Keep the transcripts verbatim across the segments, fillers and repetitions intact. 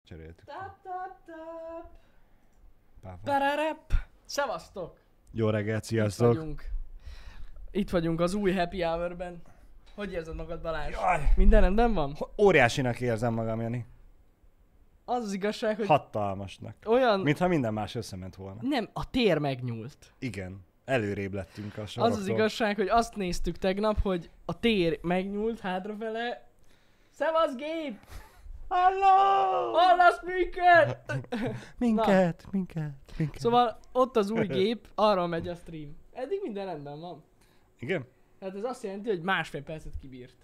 Cseréltük. Tap, tap, tap. Pápa. Pararap. Szevasztok! Jó reggelt, Itt sziasztok! vagyunk. Itt vagyunk az új Happy Hour-ben. Hogy érzed magad, Balázs? Jaj! Minden rendben van? Óriásinak érzem magam, Jani. Az az igazság, hogy Hatalmasnak. olyan... Mintha minden más összement volna. Nem, a tér megnyúlt. Igen. Előrébb lettünk a soroktól. Az az igazság, hogy azt néztük tegnap, hogy a tér megnyúlt hátrafele. Szevasz, gép! Halló! Hallasz minket? Minket, minket, minket. Szóval ott az új gép, arra megy a stream. Eddig minden rendben van. Igen? Hát ez azt jelenti, hogy másfél percet kibírt.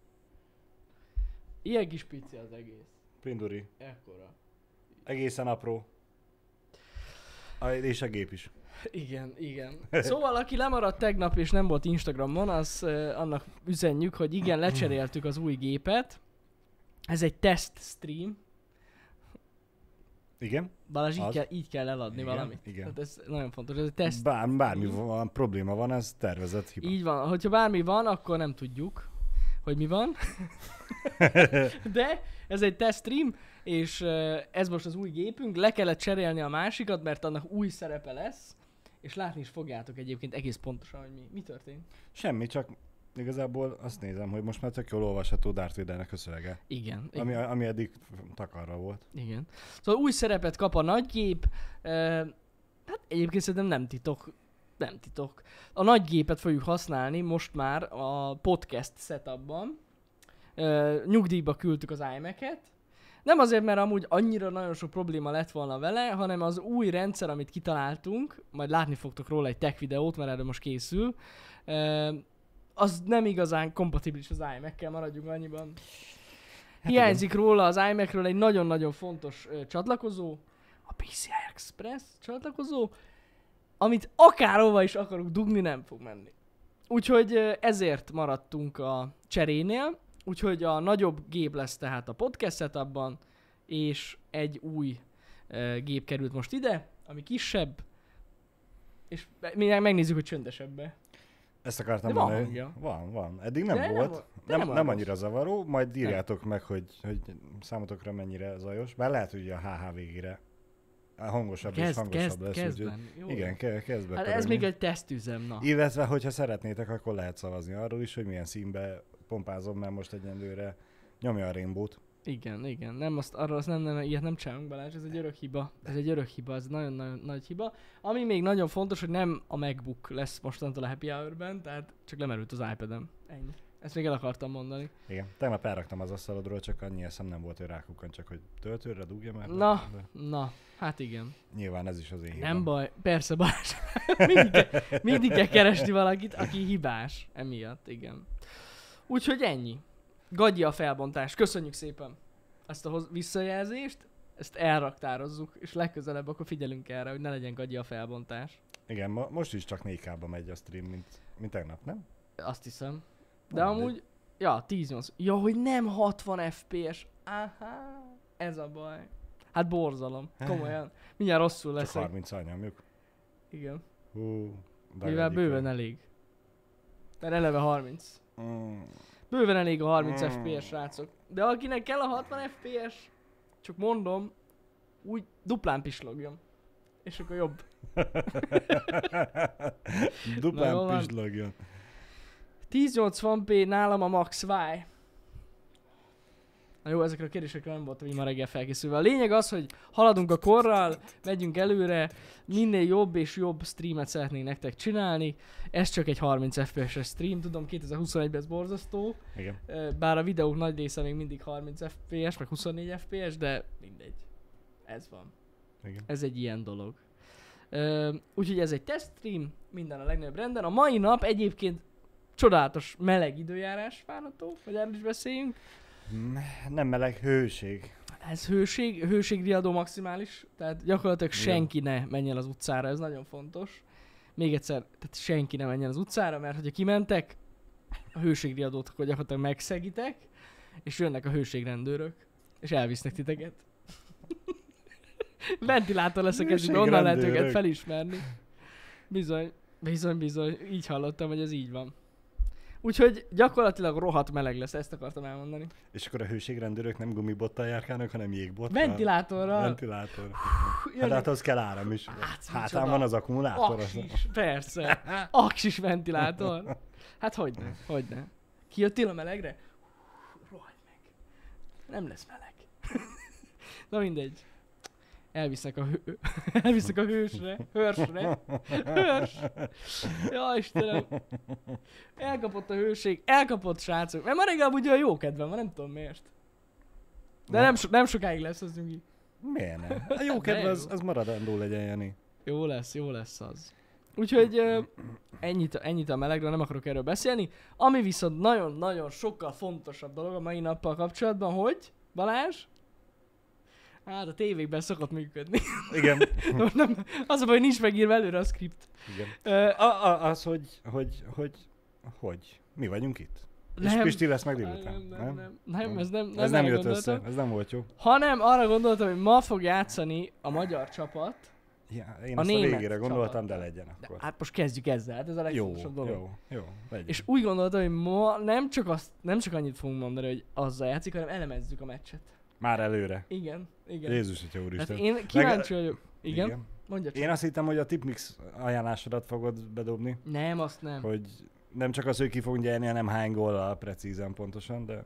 Ilyen kis pici az egész. Prinduri. Ekkora. Egészen apró. A, és a gép is. Igen, igen. Szóval aki lemaradt tegnap és nem volt Instagramon, az uh, annak üzenjük, hogy igen, lecseréltük az új gépet. Ez egy test stream. Igen? Balázs, így Az. kell, így kell eladni Igen, valamit. igen. Tehát ez nagyon fontos, ez egy teszt. Bár, bármi van, probléma van, ez tervezett hiba. Így van, hogyha bármi van, akkor nem tudjuk, hogy mi van. De ez egy test stream, és uh, ez most az új gépünk, le kellett cserélni a másikat, mert annak új szerepe lesz, és látni is fogjátok egyébként egész pontosan, hogy mi, mi történt. Semmi, csak igazából azt nézem, hogy most már tök jól olvasható Darth Vadernek a szövege. Igen. Ami, igen. ami eddig takarra volt. Igen. Szóval új szerepet kap a nagygép. Uh, hát egyébként szerintem nem titok. Nem titok. A nagygépet fogjuk használni most már a podcast setupban. Uh, nyugdíjba küldtük az iMac-et. Nem azért, mert amúgy annyira nagyon sok probléma lett volna vele, hanem az új rendszer, amit kitaláltunk, majd látni fogtok róla egy tech videót, mert erre most készül, uh, az nem igazán kompatibilis az iMac-kel, maradjunk annyiban. Hát Hiányzik róla az iMac-ről egy nagyon-nagyon fontos ö, csatlakozó, a pé cé i Express csatlakozó, amit akárhova is akarok dugni, nem fog menni. Úgyhogy ö, ezért maradtunk a cserénél, úgyhogy a nagyobb gép lesz tehát a podcast setupban, és egy új ö, gép került most ide, ami kisebb, és mi megnézzük, hogy csöndesebbe. Ezt akartam De van mondani. hangja. Van, van. Eddig nem De nem volt. volt- de Nem, nem nem, olyan annyira rossz. zavaró, majd írjátok meg, hogy, hogy számotokra mennyire zajos. Bár lehet, hogy a há há végére hangosabb és Kezd, hangosabb kezd, lesz. kezd úgyhogy- lenni. Jó. Igen, ke- kezd Hát bepörögni. ez még egy tesztüzem, na. Illetve, hogyha szeretnétek, akkor lehet szavazni arról is, hogy milyen színbe pompázom, mert most egyenlőre nyomja a Rainbow-t. Igen, igen. Nem, azt, arra azt nem, nem, ilyet nem csinálunk, Balázs, ez egy örök hiba. Ez egy örök hiba, ez nagyon-nagyon nagy hiba. Ami még nagyon fontos, hogy nem a MacBook lesz mostantól a Happy Hour-ben, tehát csak lemerült az iPad-em. Ennyi. Ezt még el akartam mondani. Igen. Tegnap elraktam az asztalodról, csak annyi eszem nem volt, hogy rákukkan, csak hogy töltőre dugja már. Na. De Na, hát igen. nyilván ez is az én hibám. Nem baj, persze Balázs. mindig, kell, mindig kell keresni valakit, aki hibás. Emiatt, igen. Úgyhogy ennyi. Gagyi a felbontás. Köszönjük szépen ezt a hoz- visszajelzést. Ezt elraktározzuk, és legközelebb akkor figyelünk erre, hogy ne legyen gagyi a felbontás. Igen, ma, most is csak négy ká-ba megy a stream, mint, mint tegnap, nem? Azt hiszem. De Na, amúgy, ja, tíz nyolc. Ja, hogy nem hatvan ef pé es. Aha, ez a baj. Hát borzalom, komolyan. Mindjárt rosszul Csak leszek. harminccal nyomjuk. Igen. Hú, Mivel bőven elég. Mert eleve harminc. Mm. Bőven elég a harminc Mm. ef pé es, srácok. De akinek kell a hatvan ef pé es, csak mondom, úgy duplán pislogjon. És akkor jobb. Na, jó Duplán van. pislogjon. tíznyolcvan pé nálam a Max Y. Na jó, ezekre a kérdésekre nem voltam így ma reggel felkészülve. A lényeg az, hogy haladunk a korral, megyünk előre, minél jobb és jobb streamet szeretnénk nektek csinálni. Ez csak egy harminc ef pé es-es stream, tudom kétezer-huszonegyben ez borzasztó. Igen. Ö, Bár a videók nagy része még mindig harminc ef pé es, meg huszonnégy ef pé es, de mindegy. Ez van. Igen. Ez egy ilyen dolog. Ö, Úgyhogy ez egy test stream, minden a legnagyobb renden. A mai nap egyébként csodálatos meleg időjárás várható, hogy erről is beszéljünk. Ne- Nem meleg, hőség. Ez hőség, hőségriadó maximális, tehát gyakorlatilag Igen. senki ne menjen az utcára, ez nagyon fontos. Még egyszer, tehát senki ne menjen az utcára, mert hogyha kimentek, a hőségriadót akkor gyakorlatilag megszegitek, és jönnek a hőségrendőrök, és elvisznek titeket. Ventilátor lesz a kezükben, onnan lehet őket Hőségrendőrök. felismerni. Bizony, bizony, bizony, így hallottam, hogy ez így van. Úgyhogy gyakorlatilag rohadt meleg lesz, ezt akartam elmondani. És akkor a hőségrendőrök nem gumibottal járkálnak, hanem jégbottal? Ventilátorral. Ventilátor. Hát, hát az kell áram is. Hát, Hátán van az akkumulátor. Aksis, persze. Aksis ventilátor. Hát hogyne, hogyne. Kijöttél a melegre? Rohagy meg. Nem lesz meleg. Na mindegy. Elvisznek a, hő... Elvisznek a hősre. Hősre. Hős. Ja, Istenem. Elkapott a hőség. Elkapott, srácok. Mert ma reggel ugye a jó kedvem van, nem tudom miért. De nem, so- nem sokáig lesz az nyugi. Miért nem? A jó kedve az, az maradandó legyen, Jani. Jó lesz, jó lesz az. Úgyhogy uh, ennyit, ennyit a melegről, nem akarok erről beszélni. Ami viszont nagyon-nagyon sokkal fontosabb dolog a mai nappal kapcsolatban, hogy Balázs? Hát a tévékben szokott működni. Igen. nem, az a baj, hogy nincs megírva előre a script. Igen. Uh, a, a, az, hogy, hogy, hogy, hogy, mi vagyunk itt? Nem. És Pisti lesz meg délután. Nem, nem, nem, nem, nem, ez nem, nem ez nem jött gondoltam. össze, ez nem volt jó. Hanem arra gondoltam, hogy ma fog játszani a magyar csapat. Ja, én a azt a végére csapat. gondoltam, de legyen akkor. De, hát most kezdjük ezzel, hát ez a jó, legfontosabb dolog. jó, jó, legyen. És úgy gondoltam, hogy ma nem csak, azt, nem csak annyit fogunk mondani, hogy azzal játszik, hanem elemezzük a meccset. Már előre. Igen, igen. Jézus, atya úristen. Hát én kíváncsi Meg... vagyok. Igen? igen. Mondja csak. Én azt hittem, hogy a tipmix ajánlásodat fogod bedobni. Nem, azt nem. Hogy nem csak az, hogy ki fog nyerni, hanem hány góllal precízen pontosan, de...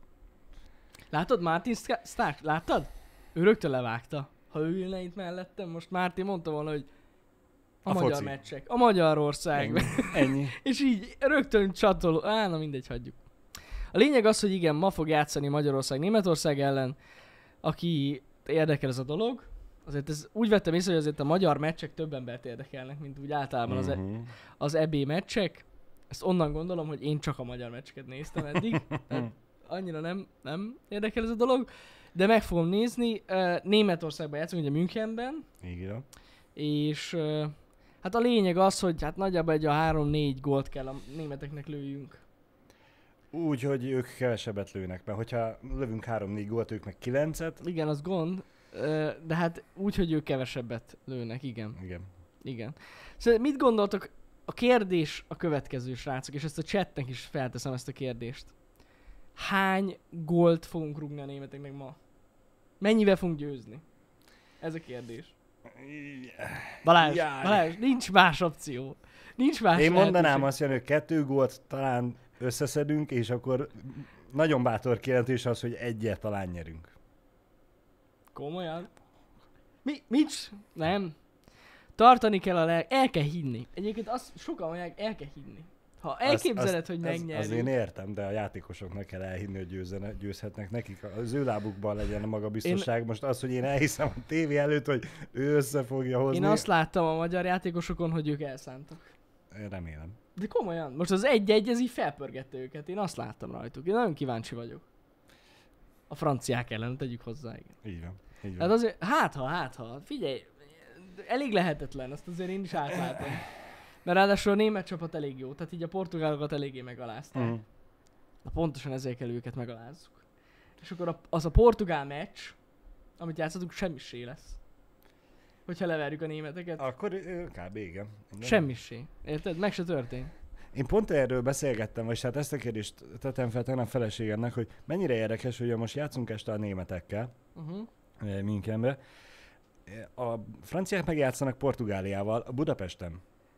Látod Martin Stark? Láttad? Ő rögtön levágta. Ha ő ülne itt mellettem, most Márti mondta volna, hogy a, a magyar foci. Meccsek. A Magyarország. Ennyi. Ennyi. És így rögtön csatoló. Á, na mindegy, hagyjuk. A lényeg az, hogy igen, ma fog játszani Magyarország Németország ellen, aki érdekel ez a dolog. Azért ez, úgy vettem észre, hogy azért a magyar meccsek több embert érdekelnek, mint úgy általában az, uh-huh. e, az é bé meccsek. Ezt onnan gondolom, hogy én csak a magyar meccseket néztem eddig. Tehát annyira nem, nem érdekel ez a dolog. De meg fogom nézni. Németországban játszunk, ugye Münchenben. Igen. És hát a lényeg az, hogy hát nagyjából egy a három-négy gólt kell a németeknek lőjünk. Úgy, hogy ők kevesebbet lőnek, mert hogyha lövünk három-négy gólt, ők meg kilencet. Igen, az gond. De hát úgy, hogy ők kevesebbet lőnek, igen. Igen. Igen. Szóval mit gondoltok? A kérdés a következő, srácok, és ezt a chatnek is felteszem ezt a kérdést. Hány gólt fogunk rúgni a németeknek ma? Mennyivel fogunk győzni? Ez a kérdés. Balázs, Jaj. Balázs, nincs más opció. Nincs más Én lehetőség. mondanám azt, hogy kettő gólt talán összeszedünk, és akkor nagyon bátor kijelentés az, hogy egyet talán nyerünk. Komolyan? Mi? Mit? Nem. Tartani kell a lelk, el kell hinni. Egyébként azt sokan mondják, el kell hinni. Ha elképzeled, azt, hogy megnyerjük. Az, az én értem, de a játékosoknak kell elhinni, hogy győzene, győzhetnek nekik. Az ő lábukban legyen a magabiztosság. Én... Most az, hogy én elhiszem a tévé előtt, hogy ő össze fogja hozni. Én azt láttam a magyar játékosokon, hogy ők elszántak. Én remélem. De komolyan, most az egy-egy, ez így felpörgette őket. Én azt láttam rajtuk. Én nagyon kíváncsi vagyok. A franciák ellen, tegyük hozzá, igen. Így van. Így van. Hát azért, hát ha, hát ha. Figyelj, elég lehetetlen, azt azért én is átlátom. Mert ráadásul a német csapat elég jó, tehát így a portugálokat eléggé megalázták. Uh-huh. Na pontosan ezért kell őket megalázzuk. És akkor a, az a portugál meccs, amit játszottunk, semmisé lesz. Hogyha leverjük a németeket. Akkor kb. Igen. Semmisé. Érted? Meg se történt. Én pont erről beszélgettem, vagy hát ezt a kérdést tettem fel tegnap feleségemnek, hogy mennyire érdekes, hogy most játszunk este a németekkel, uh-huh. Münchenbe. A franciák megjátszanak Portugáliával Budapesten.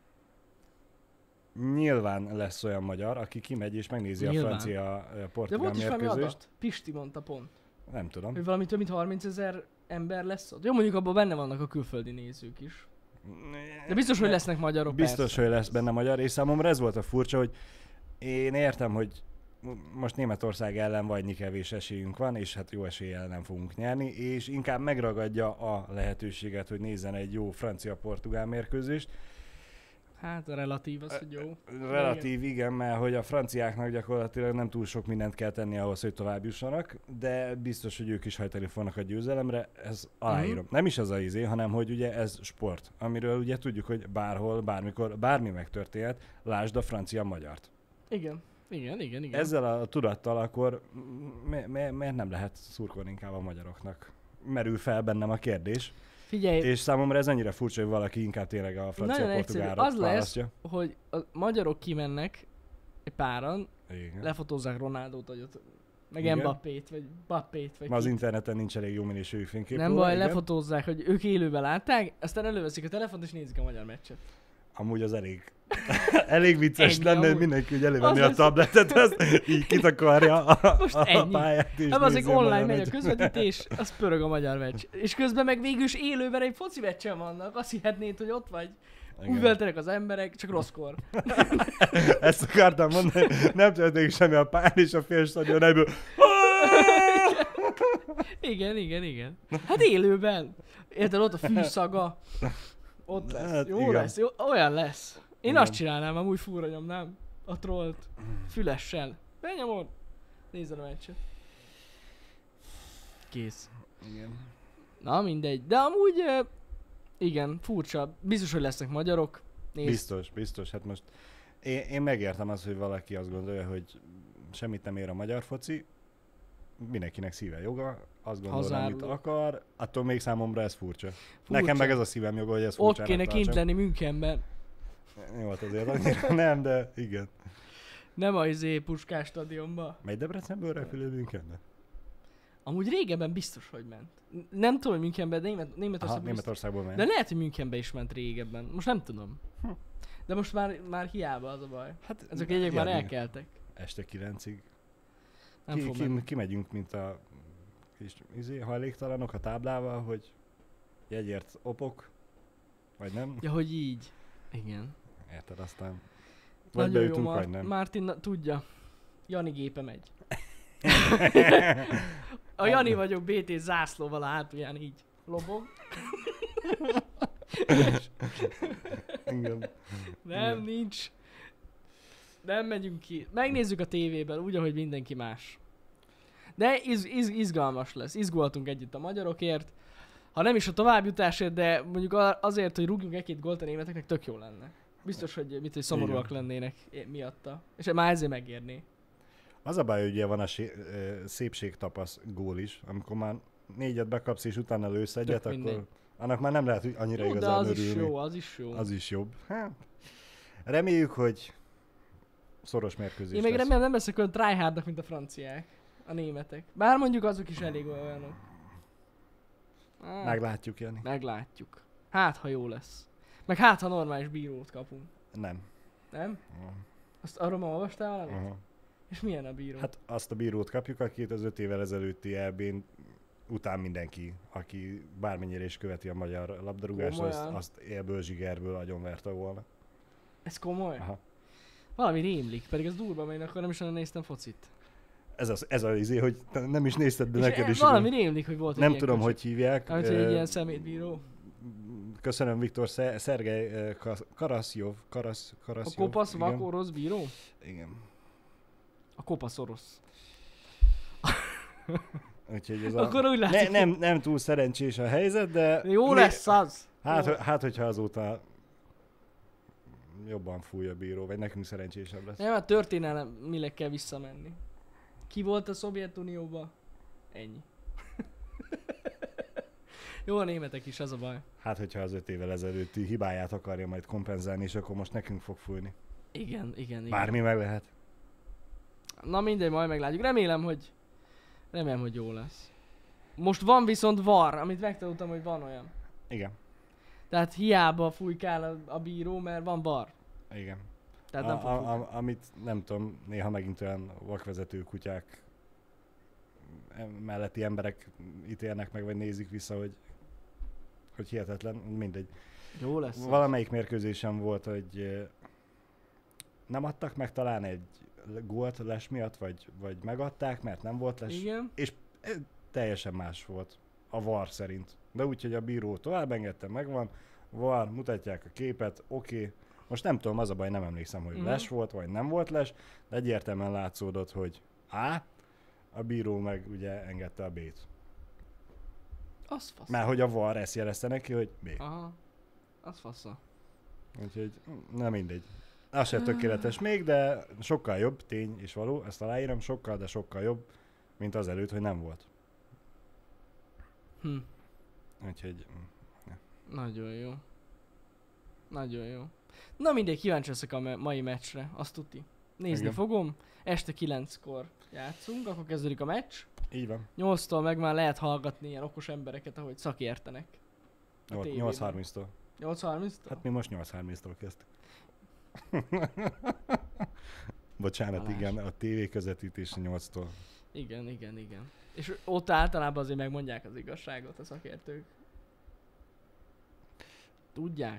Nyilván lesz olyan magyar, aki kimegy és megnézi Nyilván. a francia-portugál mérkőzést. De volt is valami adat? Pisti mondta pont. Nem tudom. Hogy valami több mint harmincezer ember lesz ott. Jó, mondjuk abban benne vannak a külföldi nézők is. De biztos, hogy lesznek magyarok. Biztos, persze. hogy lesz benne magyar, és számomra ez volt a furcsa, hogy én értem, hogy most Németország ellen vagy kevés esélyünk van, és hát jó eséllyel nem fogunk nyerni, és inkább megragadja a lehetőséget, hogy nézzen egy jó francia-portugál mérkőzést. Hát a relatív az, hogy jó. Relatív, igen. igen, mert hogy a franciáknak gyakorlatilag nem túl sok mindent kell tenni ahhoz, hogy tovább jussanak, de biztos, hogy ők is hajtani fognak a győzelemre, ez aláírom. Uh-huh. Nem is az a izé, hanem hogy ugye ez sport, amiről ugye tudjuk, hogy bárhol, bármikor, bármi megtörténhet, lásd a francia-magyart. Igen. Igen, igen, igen. Ezzel a tudattal akkor mi, mi, miért nem lehet szurkolni inkább a magyaroknak? Merül fel bennem a kérdés. Figyelj. És számomra ez annyira furcsa, hogy valaki inkább tényleg a francia-portugálra az választja. lesz, hogy a magyarok kimennek egy páran, Igen. lefotózzák Ronaldót, vagy ott, meg Igen. Mbappét, vagy Bappét, vagy Ma az kit. interneten nincs elég jó minőségű fénykép. Nem róla, baj, igen. lefotózzák, hogy ők élőben látták, aztán előveszik a telefont és nézik a magyar meccset. Amúgy az elég, elég vicces Ennyi, lenne amúgy. mindenki, hogy elővenni Az a lesz. tabletet, azt így kitakarja a, Most a ennyi. pályát, és Nem azért nézi a online magyar megy a meccset. közvetítés, az pörög a magyar meccs. És közben meg végül is élőben egy foci meccsen vannak, azt hihetnéd, hogy ott vagy. Igen. Üvöltenek az emberek, csak rosszkor. Ezt akartam mondani, nem történik semmi a pályán, és a fél stadion egyből. Igen, igen, igen. Hát élőben. Érted, ott a fűszaga. Ott lesz. Hát Jó igen. lesz. Jó, olyan lesz. Én Igen. azt csinálnám, amúgy fúra nyomnám. A trollt. Fülessel. Benyomod. Nézd a meccset. Kész. Igen. Na mindegy. De amúgy ö, igen, furcsa. Biztos, hogy lesznek magyarok. Nézd. Biztos, biztos. Hát most én, én megértem azt, hogy valaki azt gondolja, hogy semmit nem ér a magyar foci. Mindenkinek szíve joga, azt gondol, amit Hazárul. akar, attól még számomra ez furcsa. Furcsa. Nekem meg ez a szívem joga, hogy ez Ott furcsának kéne kint tartsam. lenni Münchenben. Jó, hát azért annyira nem, de igen. Nem a izé Puskás stadionba. Megy Debrecenből repülő Münchenbe? Amúgy régebben biztos, hogy ment. N- Nem tudom, hogy Münchenben, de Német, Aha, Németországban biztos. Németországból megy. De lehet, hogy Münchenbe is ment régebben. Most nem tudom. De most már, már hiába az a baj. Hát, Ezek a jegyek már járni. elkeltek. Este kilencig. Nem Ki, fog ki, menni. kimegyünk, mint a kis izé, hajléktalanok a táblával, hogy jegyért opok, vagy nem. Ja, hogy így. Igen. Érted, aztán vagy Nagyon jó, beütünk, Mar- vagy nem. Martin na- tudja. Jani gépe megy. A Jani vagyok bé té zászlóval a hátulján így lobog. Igen. Nem, nincs. Nem megyünk ki. Megnézzük a tévében, úgy, ahogy mindenki más. De iz, iz, izgalmas lesz. Izgulhatunk együtt a magyarokért. Ha nem is a továbbjutásért, de mondjuk a- azért, hogy rúgjunk egy-két gólt a németeknek, tök jó lenne. Biztos, hogy mit, hogy szomorúak Igen. lennének é- miatta. És már ezért megérné. Az a baj, hogy ugye van a sé- ö, szépségtapasz gól is, amikor már négyet bekapsz és utána lősz egyet, Tök mindegy. akkor annak már nem lehet hogy annyira Jó, de igazán az is örülni. jó, az is jó. Az is jobb. Hát, reméljük, hogy szoros mérkőzés Én meg lesz. remélem nem leszek olyan tryhardnak, mint a franciák. A németek. Bár mondjuk azok is elég olyanok. Ah, Meglátjuk, Jani. meglátjuk. Hát, ha jó lesz. Meg hát, ha normális bírót kapunk. Nem. Nem? Azt arról ma olvastál valamit? Aha. És milyen a bíró? Hát azt a bírót kapjuk, akit az öt évvel ezelőtti é bén után mindenki, aki bármennyire is követi a magyar labdarúgást, azt, Komolyan? azt élből, zsigerből agyonverte volna. Ez komoly? Aha. Valami rémlik, pedig ez durva, mert én akkor nem is olyan néztem focit. Ez az, ez az izé, hogy te nem is nézted, de És neked e- is. valami idő. rémlik, hogy volt egy Nem ilyen tudom, köcsög. hogy hívják. Amit, hogy egy Ö, ilyen szemétbíró. Köszönöm, Viktor, Sze- Szergej ö, Kas- Karaszjov. Karasz, A Karaszjov. kopasz, igen. vak, orosz bíró? Igen. A kopasz orosz. Úgyhogy ez a... Akkor úgy ne, látszik, nem, nem túl szerencsés a helyzet, de... jó né- lesz az. Hát, Jó. ho- hát, hogyha azóta jobban fúj a bíró, vagy nekünk szerencsésebb lesz. Nem, hát történelmileg kell visszamenni. Ki volt a Szovjetunióban? Ennyi. Jó, a németek is, az a baj. Hát, hogyha az öt évvel ezelőtti hibáját akarja majd kompenzálni, és akkor most nekünk fog fújni. Igen, igen, igen. Bármi meg lehet. Na mindegy, majd meglátjuk. Remélem, hogy remélem, hogy jó lesz. Most van viszont var, amit megtanultam, hogy van olyan. Igen. Tehát hiába fújkál a, a bíró, mert van var. Igen. Tehát a, nem fog a, fújni. a, amit nem tudom, néha megint olyan vakvezető kutyák melletti emberek ítélnek meg, vagy nézik vissza, hogy, hogy hihetetlen, mindegy. Jó lesz. az. Valamelyik mérkőzésen volt, hogy eh, nem adtak meg talán egy gólt les miatt, vagy, vagy megadták, mert nem volt les. Igen. Eh, Teljesen más volt a var szerint. De úgy, hogy a bíró tovább engedte, megvan, var, mutatják a képet, oké. Okay. Most nem tudom, az a baj, nem emlékszem, hogy Mhm. les volt, vagy nem volt les, de egyértelműen látszódott, hogy A, a bíró meg ugye engedte a B-t. Az fasz. Mert hogy a var ezt jelezte neki, hogy B. Aha. Az fasza. Úgyhogy nem mindegy. Az se tökéletes még, de sokkal jobb, tény és való, ezt aláírom, sokkal, de sokkal jobb, mint az előtt, hogy nem volt. Hm. Úgyhogy Nagyon jó. Nagyon jó. Na mindegy, kíváncsi leszek a me- mai meccsre, azt tuti. Nézni Igen. fogom. Este kilenckor játszunk, akkor kezdődik a meccs. Így van. nyolctól meg már lehet hallgatni ilyen okos embereket, ahogy szakértenek. A tévében. nyolc harminctól. nyolc harminctól? Hát mi most nyolc harminctól kezdtük. Bocsánat, Balázs. igen, a tévé közvetítés nyolctól. Igen, igen, igen. És ott általában azért megmondják az igazságot a szakértők. Tudják?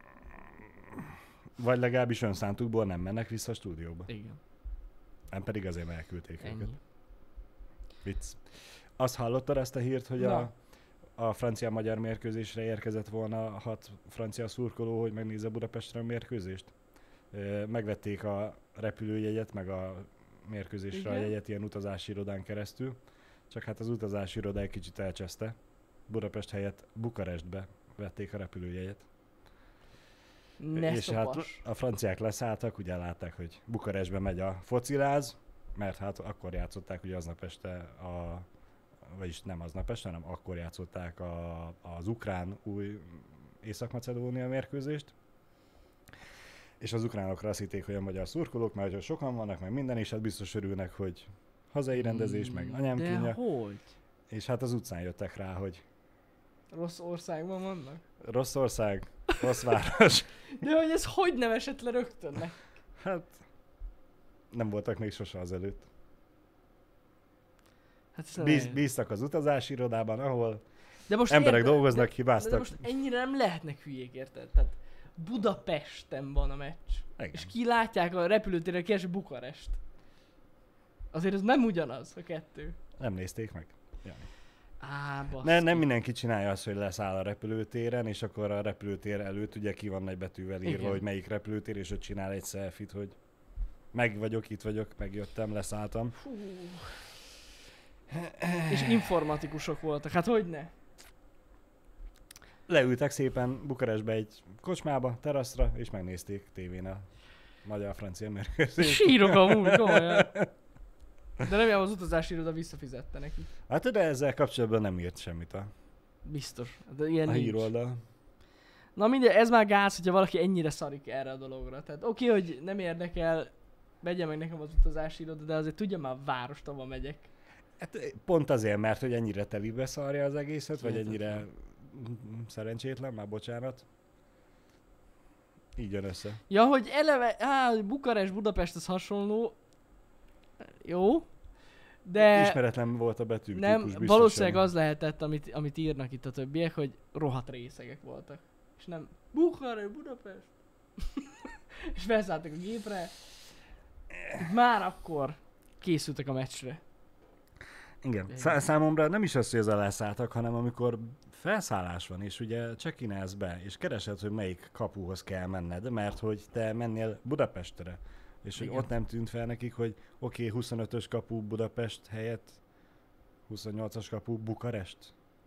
Vagy legalábbis önszántukból nem mennek vissza a stúdióba. Igen. Nem pedig azért elküldték Ennyi. őket. Vicc. Azt hallottad ezt a hírt, hogy a, a francia-magyar mérkőzésre érkezett volna hat francia szurkoló, hogy megnézze Budapestre a mérkőzést? Ö, Megvették a repülőjegyet, meg a mérkőzésre Igen. a jegyet ilyen utazási irodán keresztül. Csak hát az utazási iroda egy kicsit elcseszte. Budapest helyett Bukarestbe vették a repülőjegyet. Ne És hát szopas. a franciák leszálltak, ugye látták, hogy Bukarestbe megy a fociláz, mert hát akkor játszották ugye aznap este a, vagyis nem aznap este, hanem akkor játszották a, az ukrán új Észak-Macedónia mérkőzést. És az ukránokra azt hitték, hogy a magyar szurkolók, mert hogy sokan vannak, meg minden, és hát biztos örülnek, hogy hazai rendezés, meg anyám De kínja. hogy? És hát az utcán jöttek rá, hogy Rossz országban vannak? rossz ország, rossz város. De hogy ez hogy nem esett le rögtön ne? Hát nem voltak még sose azelőtt. Hát ez Bíz, nem- bíztak az utazási irodában, ahol de most emberek érted- dolgoznak, de, de hibáztak. most ennyire nem lehetnek hülyék, érted? Tehát Budapesten van a meccs. Igen. És kilátják a repülőtérre, ki esik Bukarest. Azért ez nem ugyanaz a kettő. Nem nézték meg. Jani. Á, baszki. Ne, nem mindenki csinálja azt, hogy leszáll a repülőtéren, és akkor a repülőtér előtt ugye ki van nagy betűvel írva, Igen. hogy melyik repülőtér, és ott csinál egy selfie-t, hogy meg vagyok, itt vagyok, megjöttem, leszálltam. Fú. És informatikusok voltak, hát hogy ne? Leültek szépen Bukarestbe egy kocsmába, teraszra, és megnézték tévén a magyar-francia mérkőzést. Sírok amúgy, komolyan. De remélem az utazási iroda visszafizette neki. Hát de ezzel kapcsolatban nem írt semmit a, Biztos. De ilyen a nincs. híroldal. Na mindegy, ez már gáz, hogyha valaki ennyire szarik erre a dologra. Tehát oké, okay, hogy nem érdekel, vegye meg nekem az utazási iroda, de azért tudja már a várost, ahova megyek. Hát pont azért, mert hogy ennyire telibe szarja az egészet, vagy Hihetetlen. ennyire szerencsétlen, már bocsánat. Így jön össze. Ja, hogy eleve, á, hogy Bukarest, Budapest az hasonló. Jó. De Ismeretlen volt a betű nem, típus, biztos valószínűleg sem. az lehetett, amit, amit írnak itt a többiek, hogy rohadt részegek voltak. És nem Bukarest, Budapest. És felszálltak a gépre. Már akkor készültek a meccsre. Igen. Szá- számomra nem is az, hogy ezzel leszálltak, hanem amikor felszállás van, és ugye check-inelsz be, és keresed, hogy melyik kapuhoz kell menned, mert hogy te mennél Budapestre. És hogy Igen. ott nem tűnt fel nekik, hogy oké, okay, huszonötös kapu Budapest helyett huszonnyolcas kapu Bukarest.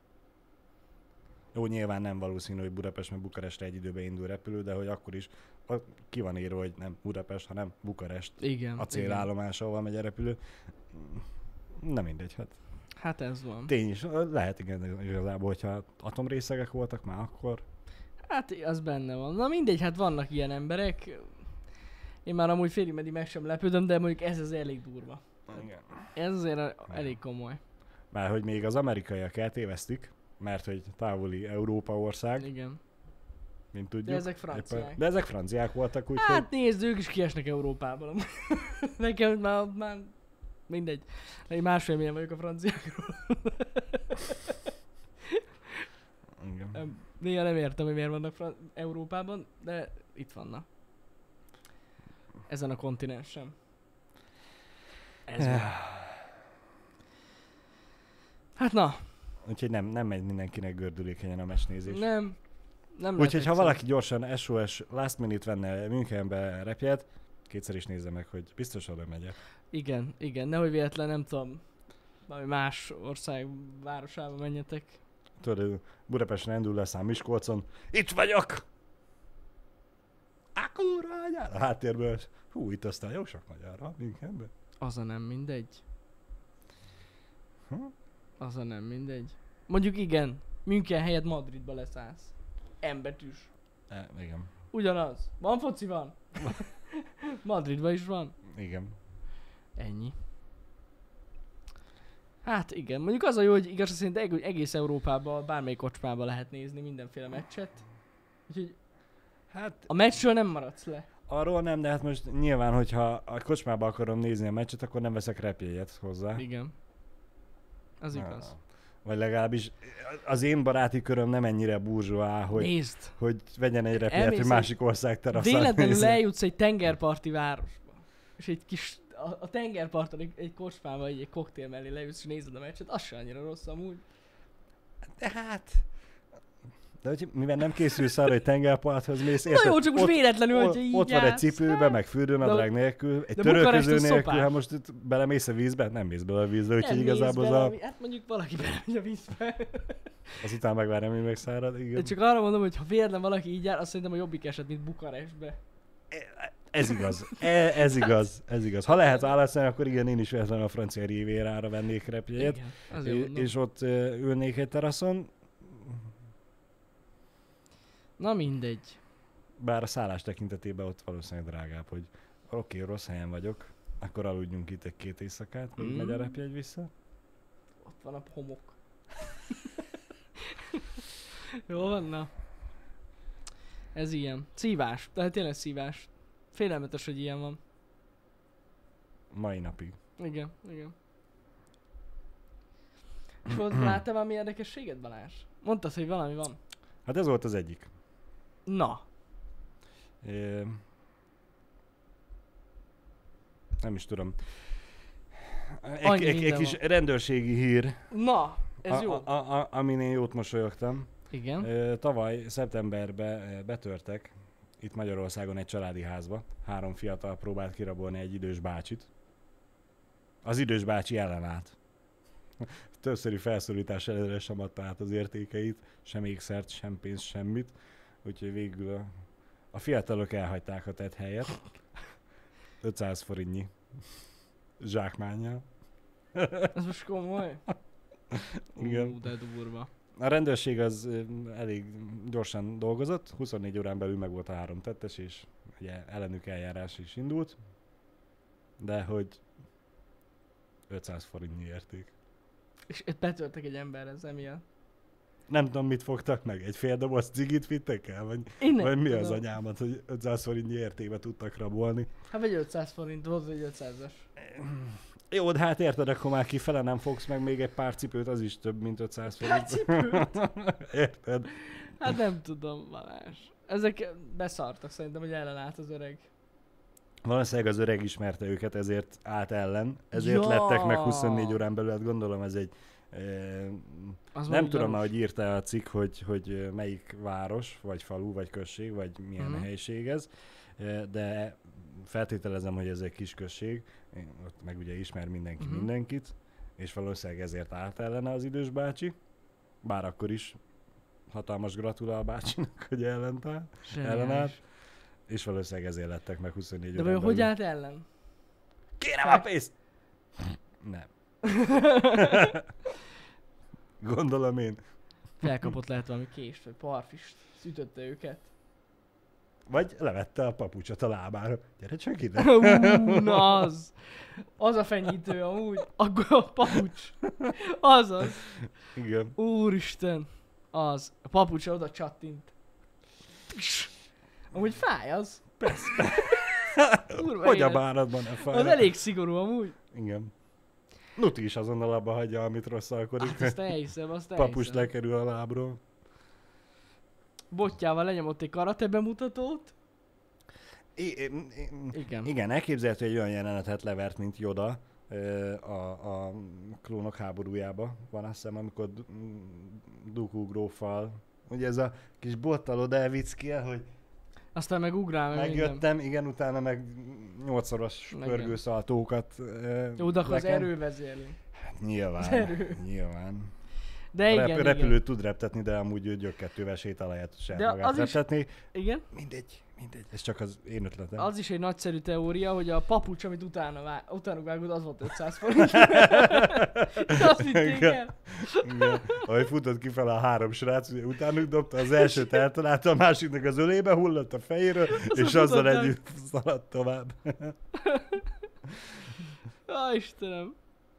Jó, nyilván nem valószínű, hogy Budapest meg Bukarestre egy időben indul repülő, de hogy akkor is ott ki van írva, hogy nem Budapest, hanem Bukarest. Igen. A célállomás, ahol megy a repülő. Nem mindegy, hát Hát ez van. tény is. Lehet igen, igazából, hogyha atomrészegek voltak már akkor. Hát az benne van. Na mindegy, hát vannak ilyen emberek. Én már amúgy félig meddig meg sem lepődöm, de mondjuk ez az elég durva. Igen. Ez azért a- elég komoly. Már hogy még az amerikaiak eltévesztik, mert hogy távoli Európa ország, Igen. mint tudjuk. De ezek franciák. Éppen- De ezek franciák voltak, úgyhogy Hát nézd, ők is kiesnek Európából. Nekem már, már mindegy. Én más véleményem vagyok a franciákról. igen. Nem- Néha nem értem, hogy miért vannak Fran- Európában, de itt vannak. Ezen a kontinensen. Ez van. Hát na, Úgyhogy nem, nem megy mindenkinek gördülékenyen a meccsnézés. nem. Nem lehet Úgyhogy ha egyszer. valaki gyorsan es o es last minute venne Münchenbe repjegyet, kétszer is nézze meg, hogy biztos oda megyek. Igen, igen, nehogy véletlen, nem tudom, valami más ország városába menjetek. Tudod, Budapesten indul, leszáll Miskolcon. Itt vagyok! A kurva anyád! A háttérből. Hú, itt aztán jó sok magyar van Münchenben. Az a nem mindegy. Hm? Az a nem mindegy. Mondjuk igen, München helyett Madridba leszállsz. M-betűs. E, igen. Ugyanaz. Van foci? Van. Madridban is van. Igen. Ennyi. Hát igen, mondjuk az a jó, hogy igaz szerint eg- egész Európában, bármelyik kocsmában lehet nézni mindenféle meccset. Úgyhogy Hát a meccsről nem maradsz le. arról nem, de hát most nyilván, hogyha a kocsmába akarom nézni a meccset, akkor nem veszek repjegyet hozzá. Igen. Az igaz. Vagy legalábbis az én baráti köröm nem ennyire burzsóá, hogy, Nézd! hogy vegyen egy repjegyet, Elmész hogy egy- másik ország teraszán Véletlenül nézze. eljutsz egy tengerparti városba. És egy kis, a, a tengerparton egy, egy kocsmában, egy, egy koktél mellé leülsz és nézed a meccset, az sem annyira rossz amúgy. De hát... De hogy mivel nem készülsz arra, hogy tengerparthoz mész, Na érted? jó, csak most Ott- véletlenül, Ott, hogyha így ott van egy jársz. cipőbe, meg fürdőnadrág nélkül, egy de törölköző Bukarest az nélkül, szopás. hát most itt belemész a vízbe? Nem mész bele a vízbe, úgyhogy Nem igazából mész az, bele, a, a... hát mondjuk valaki belemegy a vízbe. azután megvárja, mi megszárad. Én Igen. csak arra mondom, hogy ha véletlen valaki így jár, azt szerintem a jobbik eset, mint Bukarestbe. Ez igaz. E, ez igaz. Ez igaz. Ha lehet választani, akkor igen, én is véletlenül a francia Rivérára vennék repjegyet, Igen, azért és, mondom. és ott ö, ülnék egy teraszon, Na mindegy. bár a szállás tekintetében ott valószínűleg drágább, hogy oké, okay, rossz helyen vagyok, akkor aludjunk itt egy két éjszakát, míg Mm. megy a repjegy vissza. Ott van a homok. Jó van, na. Ez ilyen. Szívás. Tehát tényleg szívás. Félelmetes, hogy ilyen van. Mai napig. Igen, igen. És volt, láttál valami érdekességet, Balázs? Mondtad, hogy valami van. Hát ez volt az egyik. Na. É... Nem is tudom. Egy, Annyi egy, egy minden kis van. rendőrségi hír, Na, ez a, jó. A, a, a, amin én jót mosolyogtam. Igen. Ö, Tavaly szeptemberben ö, betörtek itt Magyarországon egy családi házba. Három fiatal próbált kirabolni egy idős bácsit. Az idős bácsi ellenállt. Többszöri felszólítás ellenére sem adta át az értékeit, sem ékszert, sem pénzt, semmit. Úgyhogy végül a, a fiatalok elhagyták a tett helyet. ötszáz forintnyi zsákmánnyal. Ez most komoly? Igen. Ú, de durva. A rendőrség az ö, elég gyorsan dolgozott, huszonnégy órán belül meg volt a három tettes, és ugye ellenük eljárás is indult, de hogy ötszáz forintnyi érték. És itt betörtek egy emberhez emiatt. Nem tudom, mit fogtak meg, egy fél doboz cigit vittek el, vagy, Én nem vagy mi tudom. az anyámat, hogy ötszáz forintnyi értékbe tudtak rabolni. Hát vagy ötszáz forint, volt egy ötszázas. Jó, de hát érted, akkor már kifele nem fogsz meg még egy pár cipőt, az is több, mint ötszáz forint. Hát cipőt? Érted? Hát nem tudom, Balázs. Ezek beszartak szerintem, hogy ellenállt az öreg. Valószínűleg az öreg ismerte őket, ezért állt ellen, ezért Ja. lettek meg huszonnégy órán belül, hát gondolom ez egy... E, Az nem valami tudom már, gyanús. hogy írta a cikk, hogy, hogy melyik város, vagy falu, vagy község, vagy milyen Mhm. helység ez, e, de feltételezem, hogy ez egy kis község, ott meg ugye ismer mindenki Mhm. mindenkit, és valószínűleg ezért állt ellene az idős bácsi, bár akkor is hatalmas gratula a bácsinak, hogy ellentál, Zseniális. ellenállt. És valószínűleg ezért lettek meg huszonnégy De órán vajon hogy belül. állt ellen? Kérem a pénzt! Nem. Gondolom én. Felkapott lehet valami kést, vagy parfist. Szütötte őket. Vagy levette a papucsot a lábára. Gyere csak ide. Ú, na az. Az a fenyítő amúgy. Akkor a papucs. Az az. Igen. Úristen. Az. A papucsa oda csattint. Amúgy fáj az. Persze. Kurva Hogy a élet. báradban ne fáj. Az elég szigorú amúgy. Igen. Nuti is azonnal abba hagyja, amit rosszalkodik. Hát azt elhiszem, azt Papus elhiszem. lekerül a lábról. Botjával lenyomott egy karate bemutatót. I- I- I- Igen. Igen, elképzelhető, hogy olyan jelenetet levert, mint Yoda ö, a, a klónok háborújába. Van azt hiszem, amikor D- Dooku gróffal, ugye ez a kis bottal oda elvickél, hogy Aztán meg ugrál, meg minden. megjöttem, igen, utána meg nyolcszoros Igen. pörgőszaltókat ö, Jó, de akkor az leken. erő vezérli. Nyilván, az erő. nyilván. De A igen, rep- igen. repülőt tud reptetni, de amúgy ő gyökkettővel sétál helyett De saját magát az is- reptetni. Igen. Mindegy, mindegy. Ez csak az én ötletem. Az is egy nagyszerű teória, hogy a papucs, amit utána, vá- utána vágod, az volt ötszáz forint. Azt hitték Igen. el. Igen. Ahogy futott kifele a három srác, ugye utánuk dobta, az elsőt eltalálta, a másiknak az ölébe hullott a fejéről, és Azon azzal futott el. együtt szaladt tovább. Á, Istenem.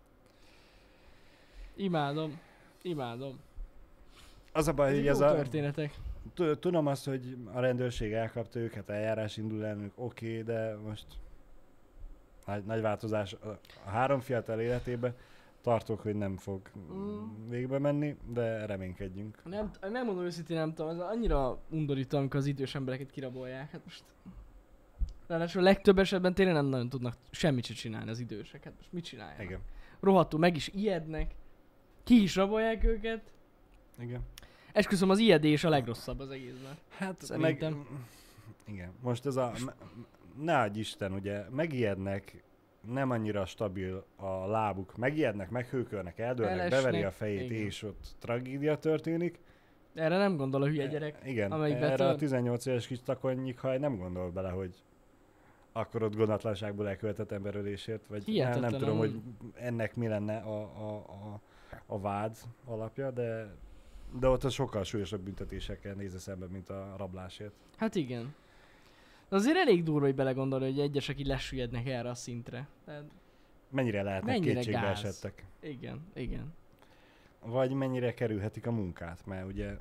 Imádom. Imádom. Az a baj, hogy ez jó a... történetek. T- Tudom azt, hogy a rendőrség elkapta őket, eljárás indul ellenük, oké, okay, de most nagy, nagy változás a három fiatal életébe. Tartok, hogy nem fog Mm. végbe menni, de reménykedjünk. Nem, nem mondom őszintén, nem tudom, ez annyira undorító, amikor az idős embereket kirabolják. Hát most... Ráadásul a legtöbb esetben tényleg nem nagyon tudnak semmit se csinálni az idősek. Hát most mit csinálják? Igen. Rohadtul meg is ijednek. Ki is rabolják őket. Igen. Esküszöm, az ijedés a legrosszabb az egészben. Hát Szerintem. meg... Igen. Most ez a... Ne adj Isten, ugye, megijednek, nem annyira stabil a lábuk, megijednek, meghőkölnek, eldőlnek, Elesnek, beveri a fejét, igen. és ott tragédia történik. Erre nem gondol a hülye gyerek. Igen, amelyik erre betör. a tizennyolc éves kis takonyik haj nem gondol bele, hogy akkor ott gondatlanságból elkövetett emberölésért, vagy nem, Hihetetlen, nem tudom, amúgy. hogy ennek mi lenne a, a, a, a vád alapja, de, de ott a sokkal súlyosabb büntetésekkel nézze szembe, mint a rablásért. Hát igen. De azért elég durva, hogy belegondolni, hogy egyesek így lesüllyednek erre a szintre. Tehát, Mennyire lehetnek Mennyire kétségbe gáz. esettek? igen, igen. Vagy mennyire kerülhetik a munkát, mert ugye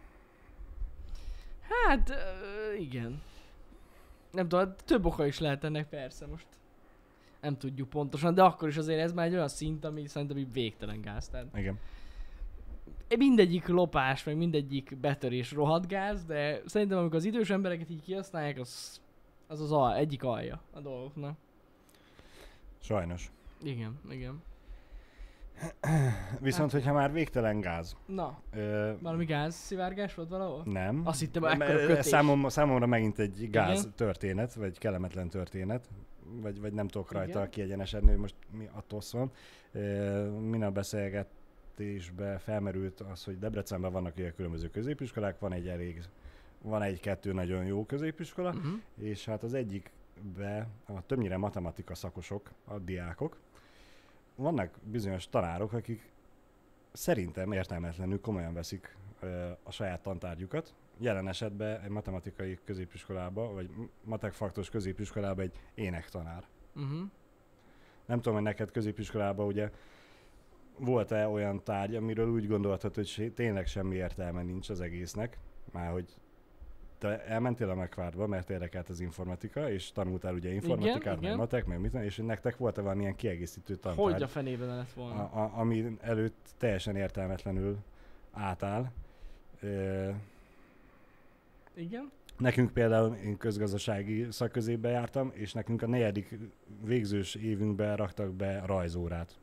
Hát, ö, igen. Nem tudom, több oka is lehet ennek persze most. Nem tudjuk pontosan, de akkor is azért ez már egy olyan szint, ami szerintem így végtelen gáz. Tehát igen. mindegyik lopás, meg mindegyik betörés rohadt gáz, de szerintem amikor az idős embereket így kihasználják, az az, az al- egyik alja a dolgoknak. Sajnos. Igen, igen. Viszont, Hát- hogyha már végtelen gáz. Na, Ö, valami gáz szivárgás volt valahol? nem. Azt hittem, ekkora Mert kötés. Számom, számomra megint egy gáz Igen. történet, vagy kellemetlen történet, vagy, vagy nem tudok rajta Igen. kiegyenesedni, hogy most mi a tosz van. Ö, Min a beszélgetésben felmerült az, hogy Debrecenben vannak ilyen különböző középiskolák, van egy elég, van egy-kettő nagyon jó középiskola, Uh-huh. és hát az egyikbe a többnyire matematika szakosok, a diákok, vannak bizonyos tanárok, akik szerintem értelmetlenül komolyan veszik ö, a saját tantárgyukat. Jelen esetben egy matematikai középiskolába, vagy matek faktos középiskolába egy énektanár. Uh-huh. Nem tudom, hogy neked középiskolában ugye volt-e olyan tárgy, amiről úgy gondoltad, hogy sé- tényleg semmi értelme nincs az egésznek, már hogy te elmentél a Megvártba, mert érdekelt az informatika, és tanultál ugye informatikát, Igen, meg igen. matek, meg mit, és nektek volt-e valamilyen kiegészítő tantárgy? Hogy a fenében ne lett volna? A, a, ami előtt teljesen értelmetlenül átáll. Ö, Igen? nekünk például, én közgazdasági szakközépbe jártam, és nekünk a negyedik végzős évünkben raktak be rajzórát.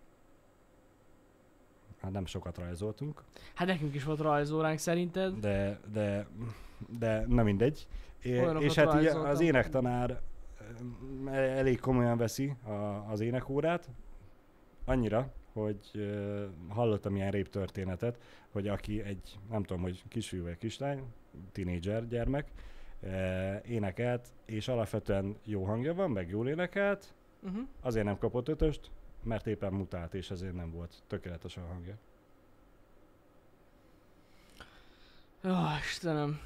Hát nem sokat rajzoltunk, Hát nekünk is volt rajzóránk szerinted. de, de, de na mindegy. É, Olyanokat és hát ugye rajzoltam. az énektanár ö, elég komolyan veszi a, az énekórát, annyira, hogy uh, hallottam ilyen rép történetet, hogy aki egy, nem tudom, hogy kisfiú vagy kislány, tinédzser gyermek, uh, énekelt, és alapvetően jó hangja van, meg jól énekelt, Uh-huh. azért nem kapott ötöst, mert éppen mutált, és ezért nem volt tökéletes a hangja. Ó, Istenem.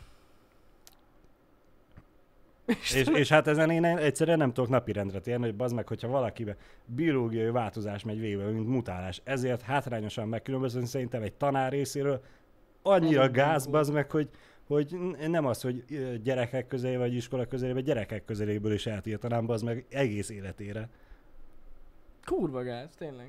És, és hát ezen én egyszerűen nem tudok napirendre térni, hogy bazd meg, hogyha valakibe biológiai változás megy végbe, mint mutálás, ezért hátrányosan megkülönböztetni szerintem egy tanár részéről annyira Elég gáz, durva. bazd meg, hogy, hogy nem az, hogy ö, gyerekek közé vagy iskola közelében, gyerekek közeléből is eltiltanám, bazd meg egész életére. Kurva gáz, tényleg.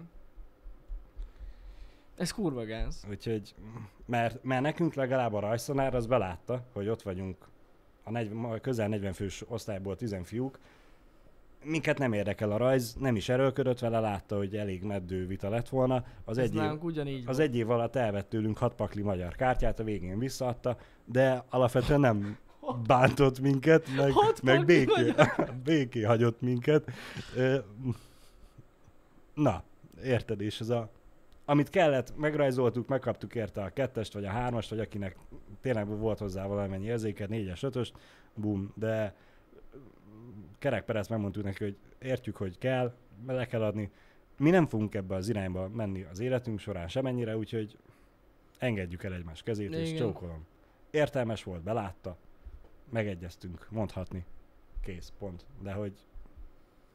Ez kurva gáz. Úgyhogy, mert, mert nekünk legalább a rajztanár az belátta, hogy ott vagyunk a negyven, közel negyven fős osztályból tizen fiúk, minket nem érdekel a rajz, nem is erőlködött vele, látta, hogy elég meddő vita lett volna. Az, Ez egy év, nálunk ugyanígy az volt. egy év alatt elvett tőlünk hat pakli magyar kártyát, a végén visszaadta, de alapvetően nem bántott minket, meg, Hat meg pakli béké, béké hagyott minket. Ö, Na, érted, és ez a... Amit kellett, megrajzoltuk, megkaptuk érte a kettest, vagy a hármast, vagy akinek tényleg volt hozzá valamennyi érzéke, négyes, ötöst, bum, de Kerek Perec megmondtuk neki, hogy értjük, hogy kell, le kell adni. Mi nem fogunk ebbe az irányba menni az életünk során semennyire, úgyhogy engedjük el egymás kezét, és Igen. csókolom. Értelmes volt, belátta, megegyeztünk, mondhatni. Kész, pont. De hogy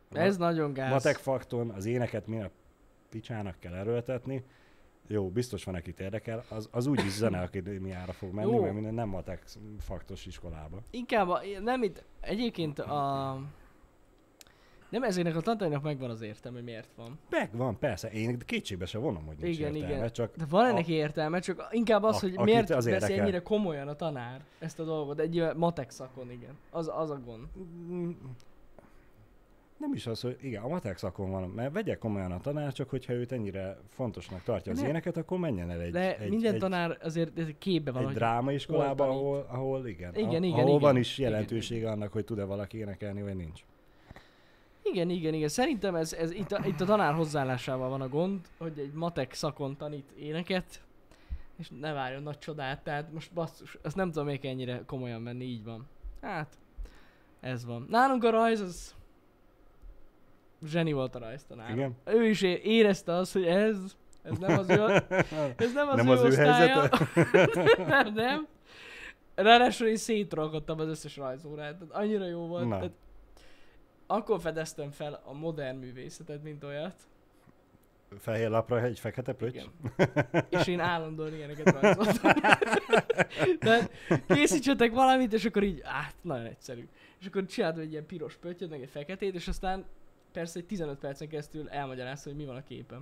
Ez nagyon gáz. Matek fakton az éneket mi a picsának kell erőltetni. Jó, biztos van, akit érdekel. Az, az úgyis zeneakadémiára fog menni, Jó. mert minden nem matek faktos iskolába. Inkább a, nem itt, egyébként a... Nem ezének a tantainak megvan az értelme, hogy miért van. Megvan, persze. Én kétségbe se vonom, hogy nincs Igen, értelme. igen. Csak De van ennek a- értelme, csak inkább az, A- hogy akit miért az veszi érdekel. ennyire komolyan a tanár ezt a dolgot. Egy matek szakon, igen. Az, az a gond. Mm, Nem is az, hogy igen, a matek szakon van, mert vegye komolyan a tanár, csak hogyha őt ennyire fontosnak tartja az Ne. éneket, akkor menjen el egy, De egy, minden egy, tanár azért ez képbe van, egy hogy drámaiskolába, hol tanít. ahol, ahol igen, Igen, a- igen, ahol igen. van is Igen, jelentősége annak, hogy tud-e valaki énekelni, vagy nincs. Igen, igen, igen. Szerintem ez, ez itt, a, itt a tanár hozzáállásával van a gond, hogy egy matek szakon tanít éneket, és ne várjon nagy csodát, tehát most basszus, ezt nem tudom még ennyire komolyan menni, így van. Hát, ez van. Nálunk a rajz az... Zseni volt a rajztanár. Igen? Ő is é- érezte azt, hogy ez, ez nem az ő, ez nem az Nem ő az ő osztálya. helyzete? nem, nem. Ráadásul én szétragottam az összes rajzórát, tehát annyira jó volt. Na. Tehát akkor fedeztem fel a modern művészetet, mint olyat. Fehér lapra egy fekete pöcs? Igen. És én állandóan ilyeneket rajzoltam. Tehát készítsetek valamit, és akkor így, hát nagyon egyszerű. És akkor csináltam egy ilyen piros pöttyöt, meg egy feketét, és aztán persze egy tizenöt percen keresztül elmagyarázta, hogy mi van a képen.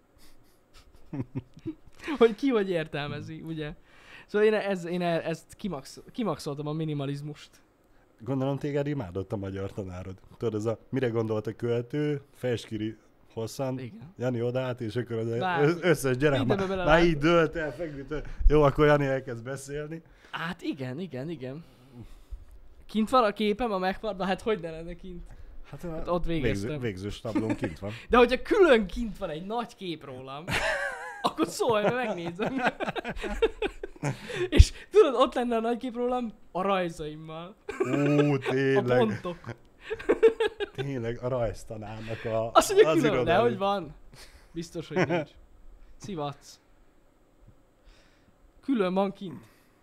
Hogy ki hogy értelmezi, ugye? Szóval én, ez, én e- ezt kimax, kimaxoltam a minimalizmust. Gondolom téged imádott a magyar tanárod. Tudod, ez a mire gondolt a költő, Fejskiri hosszan, Igen. Jani odállt, és akkor az Bármi. össz- összes gyerek Mindenbe már, bele már lát. így dőlt el, feküdt. Jó, akkor Jani elkezd beszélni. Hát igen, igen, igen. Kint van a képem a megfarban, hát hogy ne lenne kint? Hát, Hát ott végeztem. Végző, végzős tablón kint van. De hogyha külön kint van egy nagy kép rólam, akkor szólj, mert megnézem. És tudod, ott lenne a nagy kép rólam a rajzaimmal. Ó, A tényleg, pontok. tényleg a rajztanárnak a, Azt mondja, az külön, de irodalmi. hogy van. Biztos, hogy nincs. Szivatsz. Külön van kint.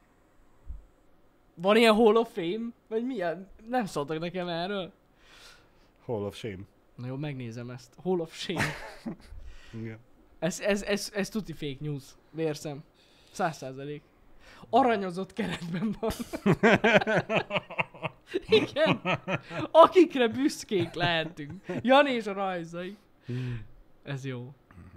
Van ilyen Hall of Fame? Vagy milyen? Nem szóltak nekem erről. Hall of Shame. Na jó, megnézem ezt. Hall of Shame. Igen. Ez, ez, ez, ez tuti fake news. Vérszem. Száz százalék. Aranyozott keretben van. Igen. Akikre büszkék lehetünk. Jani és a rajzai. Ez jó.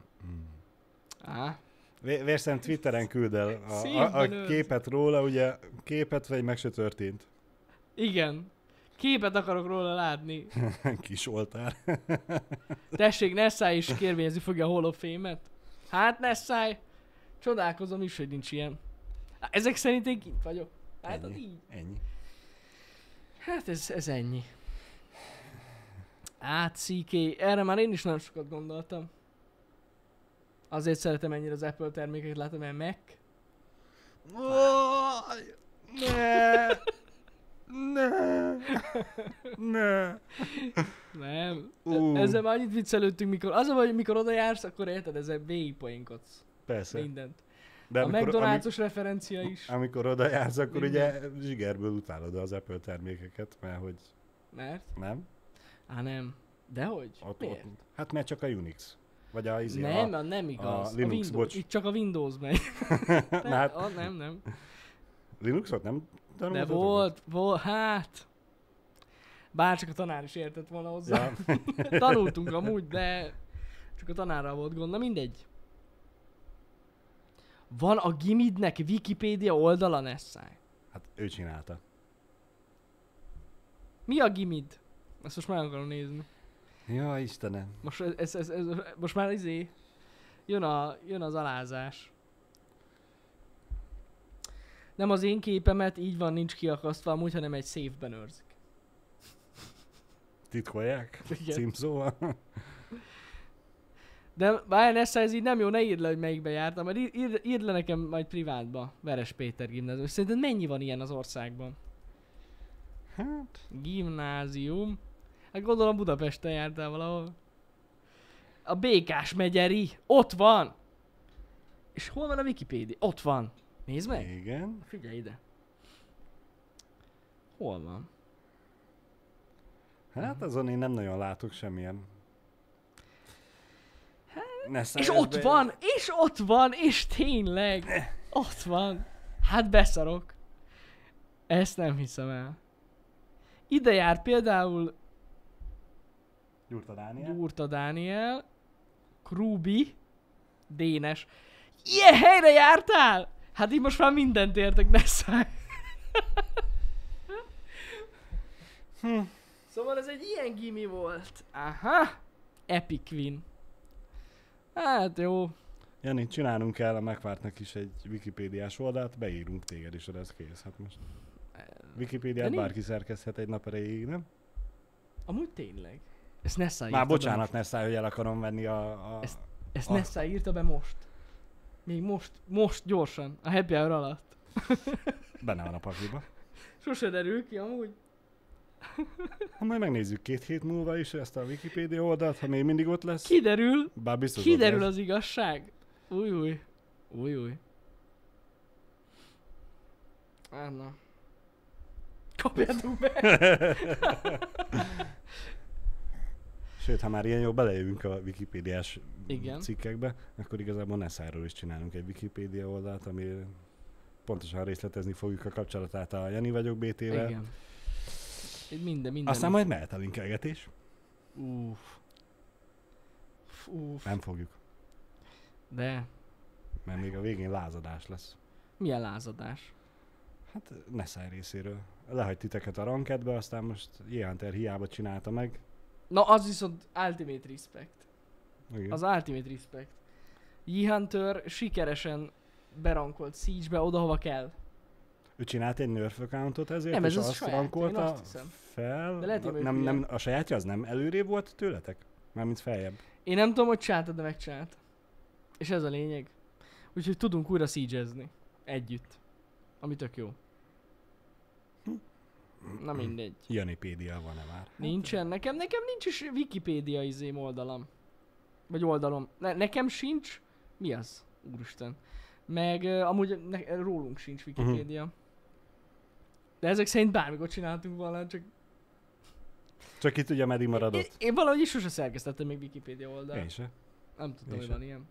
Á, Vé- Vérszem Twitteren küld el a, a, Szívben a őrz. képet róla, ugye képet vagy meg se történt. igen. Képet akarok róla látni. Kis oltár. Tessék, Nessai is kérvényezni fogja a Hall of Fame-et. Hát Nessai, csodálkozom is, hogy nincs ilyen. Há, ezek szerint én kint vagyok. Hát az Ennyi. így. Ennyi. Hát ez, ez ennyi. Hát cé ká, erre már én is nagyon sokat gondoltam. Azért szeretem ennyire az Apple termékeket, látom, mert Mac. Ne! Ne! Ne! Nem. Ú. E- ezzel már annyit viccelődtünk, mikor, az a baj, hogy mikor oda jársz, akkor érted, ezzel végigpoénkodsz Persze. mindent. De A amikor, McDonald's-os referencia is. amik, amikor oda jársz, akkor Minden. ugye zsigerből utálod az Apple termékeket, mert hogy Mert? nem? Á nem. Dehogy? Ott, Miért? ott, hát mert csak a Unix. Vagy a, izé, Nem, a, a, nem igaz. a A, Linux, Windows. bocs. Itt csak a Windows megy. Na nem, hát- a, nem, nem. Linuxot nem De tanultatok? volt, volt, hát... Bárcsak a tanár is értett volna hozzá. Ja. Tanultunk amúgy, de csak a tanárral volt gond. Na mindegy. Van a Gimidnek Wikipédia oldala, Nessai? Hát ő csinálta. Mi a Gimid? Ezt most már nem akarom nézni. Ja, Istenem. Most, ez, ez, ez, ez, most már izé... Jön, a, jön az alázás. Nem az én képemet, így van, nincs kiakasztva amúgy, hanem egy safe-ben őrzik. Titkolják? Igen. Címszóval? De várj, Nessa, ez így nem jó, ne írd le, hogy melyikbe jártam, mert ír, írd, írd le nekem majd privátba, Veres Péter gimnázium. Szerinted mennyi van ilyen az országban? Hát... Gimnázium. Hát gondolom Budapesten jártál valahol. A Békás megyeri. Ott van! És hol van a Wikipédia? Ott van. Nézd meg. Igen. Figyelj ide. Hol van? Hát azon én nem nagyon látok semmilyen. Ne és ott be... van, és ott van, és tényleg, ott van. Hát beszarok. Ezt nem hiszem el. Ide jár például Gyurta Dániel, Gyurta Dániel, Krúbi, Dénes. Ilyen helyre jártál? Hát így most már mindent értek, ne szállj. hm. Szóval ez egy ilyen gimi volt. Aha. Epic win. Hát jó. Jani, csinálnunk kell a megvártnak is egy wikipédiás oldalt, beírunk téged is, de ez kész. Hát most Wikipédiát Jani? Bárki szerkezhet egy nap erejéig, nem? Amúgy tényleg. Ezt Nessa írta Már bocsánat, be Nessa, hogy el akarom venni a... a Ezt, ezt a... Nessa írta be most. Még most, most gyorsan, a happy hour alatt. Benne van a pakliba. Sose derül ki amúgy. Ha majd megnézzük két hét múlva is ezt a Wikipédia oldalt, ha még mindig ott lesz. Kiderül, Bár biztos kiderül ott az igazság. Új, új. Új, új. Á, na. Kapjátok be! Sőt, ha már ilyen jó belejövünk a wikipédiás Igen. cikkekbe, akkor igazából Nessáról is csinálunk egy Wikipédia oldalt, ami pontosan részletezni fogjuk a kapcsolatát a Jani vagyok bé té-vel. Igen. Egy minden, minden. Aztán majd mehet a linkelgetés. Uff. Uff. Nem fogjuk. De. Mert még a végén lázadás lesz. Milyen lázadás? Hát Nessai részéről. Lehagy titeket a rankedbe, aztán most J-Hunter hiába csinálta meg. Na az viszont ultimate respect. Igen. Az ultimate respect. J-Hunter sikeresen berankolt Siege-be oda, hova kell. Ő csinált egy nerf accountot ezért, Nem, ez és az azt saját, rankolta én azt hiszem. fel. De lehet, hogy nem, hülye. nem, a sajátja az nem előrébb volt tőletek? Mármint feljebb. Én nem tudom, hogy csinálta, de megcsinált. És ez a lényeg. Úgyhogy tudunk újra siege-ezni. Együtt. Ami tök jó. Na mindegy. Janipédia van-e már? Nincsen. Nekem, nekem nincs is Wikipédia izém oldalam. Vagy oldalom. Ne, nekem sincs. Mi az? Úristen. Meg uh, amúgy ne, rólunk sincs Wikipédia. Uh-huh. De ezek szerint bármikor csináltunk volna, csak... Csak ki tudja, meddig maradott. Én, én valahogy is sose szerkesztettem még Wikipédia oldalt. Én se. Nem tudtam, Én hogy se. van ilyen.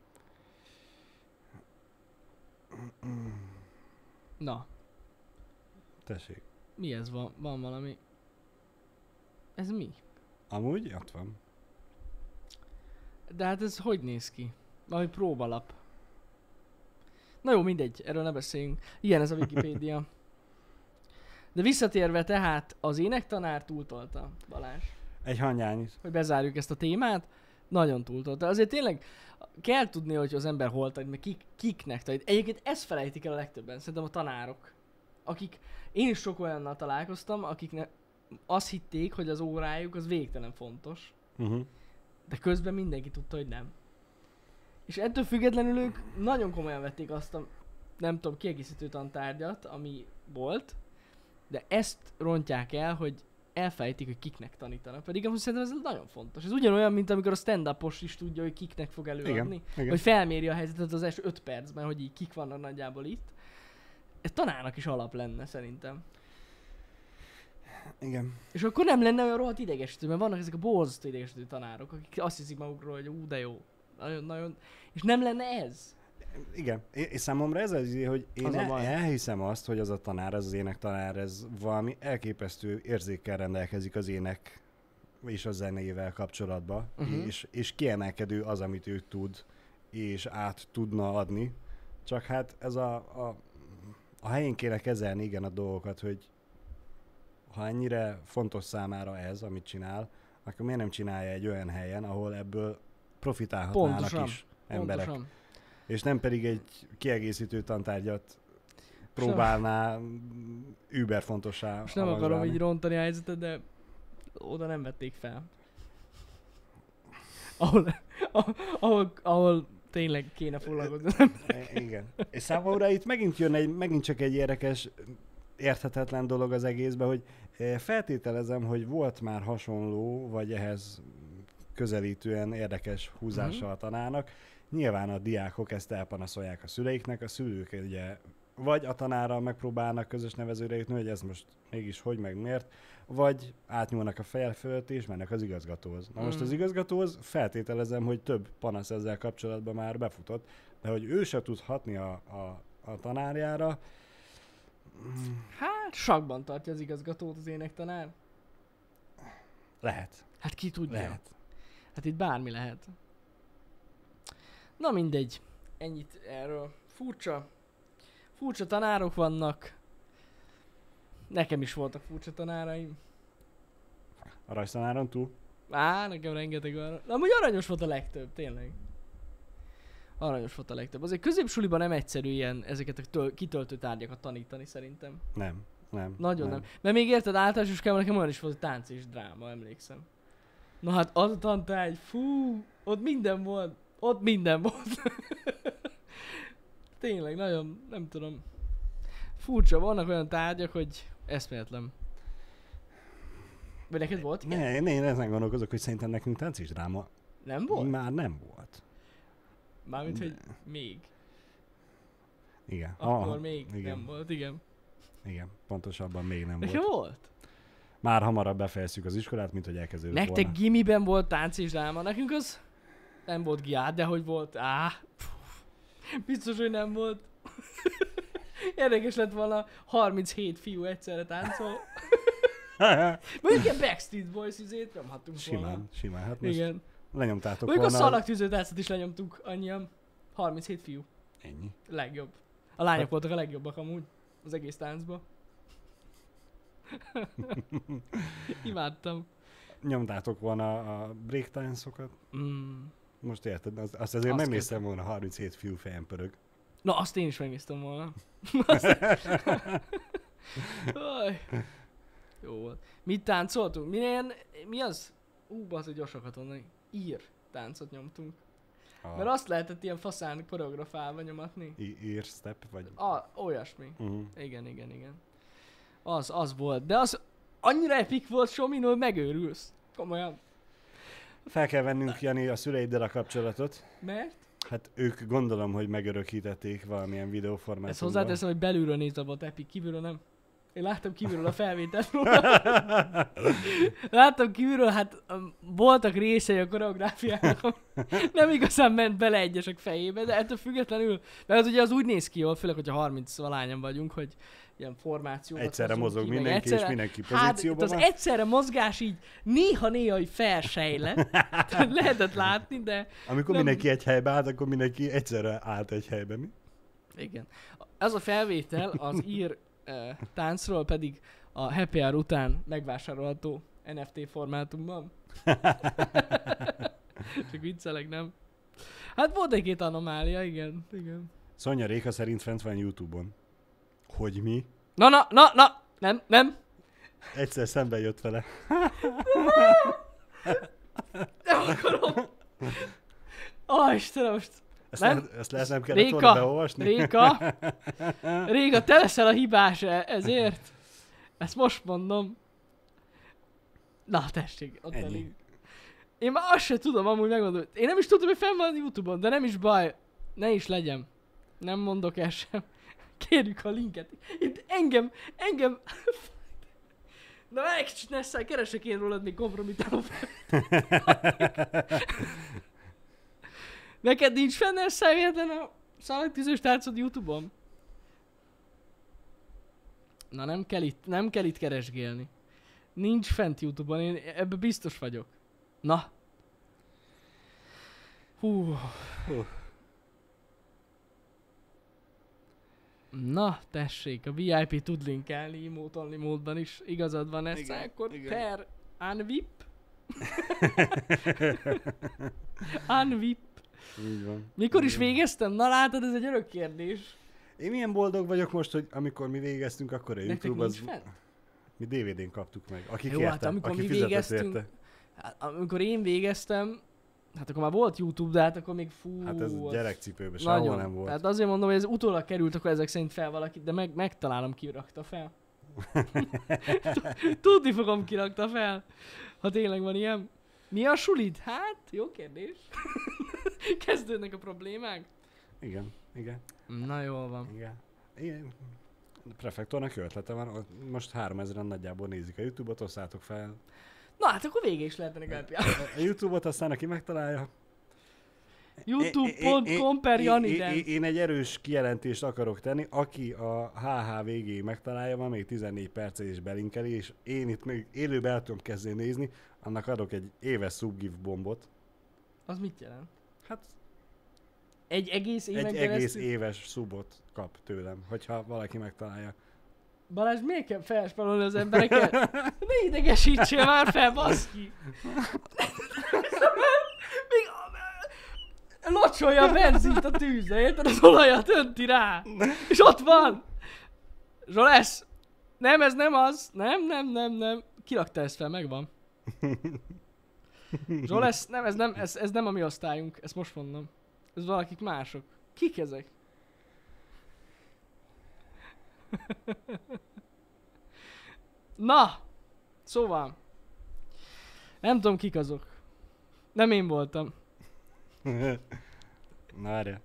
Na, Tessék. mi ez van? Van valami... Ez mi? Amúgy ott van. De hát ez hogy néz ki? Valami próbalap. Na jó, mindegy, erről ne beszéljünk. Ilyen ez a Wikipédia. De visszatérve tehát, az énektanár túltolta, Balázs. Egy hangyányit. Hogy bezárjuk ezt a témát. Nagyon túltolta. Azért tényleg kell tudni, hogy az ember hol tanít, meg kik, kiknek tanít. Egyébként ezt felejtik el a legtöbben, szerintem a tanárok. Akik, én is sok olyannal találkoztam, akiknek azt hitték, hogy az órájuk az végtelen fontos. Uh-huh. De közben mindenki tudta, hogy nem. És ettől függetlenül ők nagyon komolyan vették azt a, nem tudom, kiegészítő tantárgyat, ami volt, de ezt rontják el, hogy elfejtik, hogy kiknek tanítanak. Pedig amúgy szerintem ez nagyon fontos. Ez ugyanolyan, mint amikor a stand-upos is tudja, hogy kiknek fog előadni. Igen, igen. Vagy felméri a helyzetet az első öt percben, hogy így kik vannak nagyjából itt. Ez tanárnak is alap lenne szerintem. Igen. És akkor nem lenne olyan rohadt idegesítő, mert vannak ezek a borzasztó idegesítő tanárok, akik azt hiszik magukról, hogy ú, de jó. Nagyon, nagyon... És nem lenne ez. Igen. És számomra ez az, hogy én Az a el, baj. elhiszem azt, hogy az a tanár, az az énektanár, ez valami elképesztő érzékkel rendelkezik az ének és a zenével kapcsolatban, Uh-huh. és, és kiemelkedő az, amit ő tud, és át tudna adni. Csak hát ez a, a, a helyén kéne kezelni, igen, a dolgokat, hogy ha ennyire fontos számára ez, amit csinál, akkor miért nem csinálja egy olyan helyen, ahol ebből profitálhatnának Pontosan. is emberek. Pontosan. És nem pedig egy kiegészítő tantárgyat próbálná über fontossá Most nem akarom avanzsálni. így rontani a helyzetet, de oda nem vették fel. Ahol, ahol, ahol tényleg kéne foglalkozni. E, Igen. És számomra itt megint jön egy, megint csak egy érdekes, érthetetlen dolog az egészben, hogy eh, feltételezem, hogy volt már hasonló, vagy ehhez közelítően érdekes húzása Mhm. a tanárnak. Nyilván a diákok ezt elpanaszolják a szüleiknek, a szülők ugye vagy a tanárral megpróbálnak közös nevezőre jutni, hogy ez most mégis hogy meg miért, vagy átnyúlnak a fejel fölött és mennek az igazgatóhoz. Na most Mm. az igazgatóhoz feltételezem, hogy több panasz ezzel kapcsolatban már befutott, de hogy ő se tud hatni a, a, a tanárjára, Hát sakban tartja az igazgatót az énektanár. lehet. Hát ki tudja. Lehet. Hát itt bármi lehet. Na mindegy. Ennyit erről. Furcsa. Furcsa tanárok vannak. Nekem is voltak furcsa tanáraim. A rajztanáron túl? Á, nekem rengeteg van. De amúgy aranyos volt a legtöbb, tényleg. Aranyos volt a legtöbb. Azért középsuliban nem egyszerű ilyen ezeket a töl- kitöltő tárgyakat tanítani szerintem. Nem. Nem. Nagyon nem. nem. Mert még érted, általános iskolában nekem olyan is volt, hogy tánc és dráma, emlékszem. Na hát az a tantárgy, fú, ott minden volt. Ott minden volt. Tényleg, nagyon, nem tudom. Furcsa, vannak olyan tárgyak, hogy eszméletlen. Vagy neked volt ilyen? Ne, ne, én ezen gondolkozok, hogy szerintem nekünk tánc és dráma Nem volt? már nem volt. Mármint, hogy még. Igen. Akkor Aha, még igen. nem volt, igen. Igen, pontosabban még nem Nekem volt. volt. Már hamarabb befejezzük az iskolát, mint hogy elkezdődött Nektek volna. gimiben volt tánc és dráma, nekünk az nem volt giát, de hogy volt, á, pff, biztos, hogy nem volt. Érdekes lett volna harminchét fiú egyszerre táncol. Mondjuk ilyen Backstreet Boys izét nyomhattunk volna. Simán, simán. Hát most Igen. lenyomtátok Mondjuk a volna. szalagtűző táncot is lenyomtuk annyian. harminchét fiú. Ennyi. Legjobb. A lányok Hát- voltak a legjobbak amúgy. Az egész táncba. Imádtam. Nyomtátok volna a breakdance-okat. Mm. Most érted, azt, azt azért Azt nem néztem volna harminchét fiú fejen pörög. Na, azt én is megnéztem volna. Aj. Jó volt. Mit táncoltunk? Milyen, mi az? Ú, bazd, hogy gyorsakat mondani. Ír táncot nyomtunk. A Mert azt lehetett ilyen faszán koreografálva nyomatni. I- ear step, vagy... A, olyasmi. Uh-huh. Igen, igen, igen. Az, az volt. De az annyira epik volt, Somin, hogy megőrülsz. Komolyan. Fel kell vennünk, Jani, a szüleiddel a kapcsolatot. Mert? Hát ők gondolom, hogy megörökítették valamilyen videóformátumban. Ezt hozzáteszem, hogy belülről nézd a bot epik, kívülről nem. Én láttam kívülről a felvételt róla. Láttam kívülről, hát um, voltak részei a koreográfiának, ami nem igazán ment bele egyesek fejébe, de ettől függetlenül, mert az ugye az úgy néz ki jól, főleg, hogyha harminc valányan vagyunk, hogy ilyen formációkat Egyszerre hozunk mozog ki, meg mindenki, és mindenki Hát pozícióban itt az van. egyszerre mozgás így néha-néha így felsejlett. Tehát lehetett látni, de Amikor nem- mindenki egy helybe állt, akkor mindenki egyszerre állt egy helyben. Mi? igen. Ez a felvétel az ír uh, táncról pedig a Happy Hour után megvásárolható en ef té formátumban. Csak viccelek, nem? Hát volt egy-két anomália, igen, igen. Szonya Réka szerint fent van YouTube-on. Hogy mi? Na, na, na, na! Nem, nem! Egyszer szembe jött vele. Nem akarom! Ó, Istenem, most... Ezt, Nem? nem? Ezt lehet nem kellett Réka, volna beolvasni? Réka, Réka, te leszel a hibás e- ezért. Ezt most mondom. Na, tessék, ott Ennyi. elég. Én már azt sem tudom amúgy megmondom. Én nem is tudtam, hogy fenn van a YouTube-on, de nem is baj. Ne is legyen. Nem mondok el sem. Kérjük a linket. Itt engem, engem... Na, egy kicsit nesszel, keresek én rólad még kompromitáló fel. Neked nincs fenn nesszel véletlen a szalagtűzős táncod YouTube-on? Na, nem kell itt, nem kell itt keresgélni. Nincs fent YouTube-on, én ebben biztos vagyok. Na. Hú. Hú. Na, tessék, a vé i pé tud linkelni emote-only módban is. Igazad van ez, Igen, akkor igen. per unvip. Unvip. Így van. Mikor is Igen. végeztem? Na látod, ez egy örök kérdés. Én milyen boldog vagyok most, hogy amikor mi végeztünk, akkor a Nektek YouTube nincs az... fent? Mi dé vé dén kaptuk meg. Aki Jó, kérte, hát amikor aki mi fizetett végeztünk, érte. Hát, amikor én végeztem, hát akkor már volt YouTube, de hát akkor még fú... Hát ez az gyerekcipőben sehol nagyon. nem volt. Tehát azért mondom, hogy ez utólag került, akkor ezek szerint fel valaki, de meg, megtalálom, ki rakta fel. Tudni fogom, ki rakta fel, ha tényleg van ilyen. Mi a sulid? Hát, jó kérdés. Kezdődnek a problémák. Igen, igen, Na jól van. igen. Én, Prefektornak jó ötlete van, most háromezren nagyjából nézik a YouTube-ot, osszátok fel. Na hát akkor vége is lehetne Gálpián. A YouTube-ot, aztán aki megtalálja. youtube pont com per Jani én, Dance. én, én egy erős kijelentést akarok tenni, aki a há há végéig megtalálja, van még tizennégy perce és belinkeli, és én itt még élőben el tudom kezdeni nézni, annak adok egy éves subgift bombot. Az mit jelent? Hát Egy egész éven egy keresztül? egész éves subot kap tőlem, hogyha valaki megtalálja. Balázs, miért kell felspalolni az embereket? Ne idegesítsél már fel, baszki! Még locsolja a benzint a tűzre, érted? Az olajat önti rá! És ott van! Zsolesz! Nem, ez nem az! Nem, nem, nem, nem. Kirakta ezt fel, megvan. Zsolesz, nem, ez nem, ez, ez nem a mi osztályunk, ezt most mondom. Ez valakik mások. Kik ezek? Na! Szóval. Nem tudom kik azok. Nem én voltam. Na várja.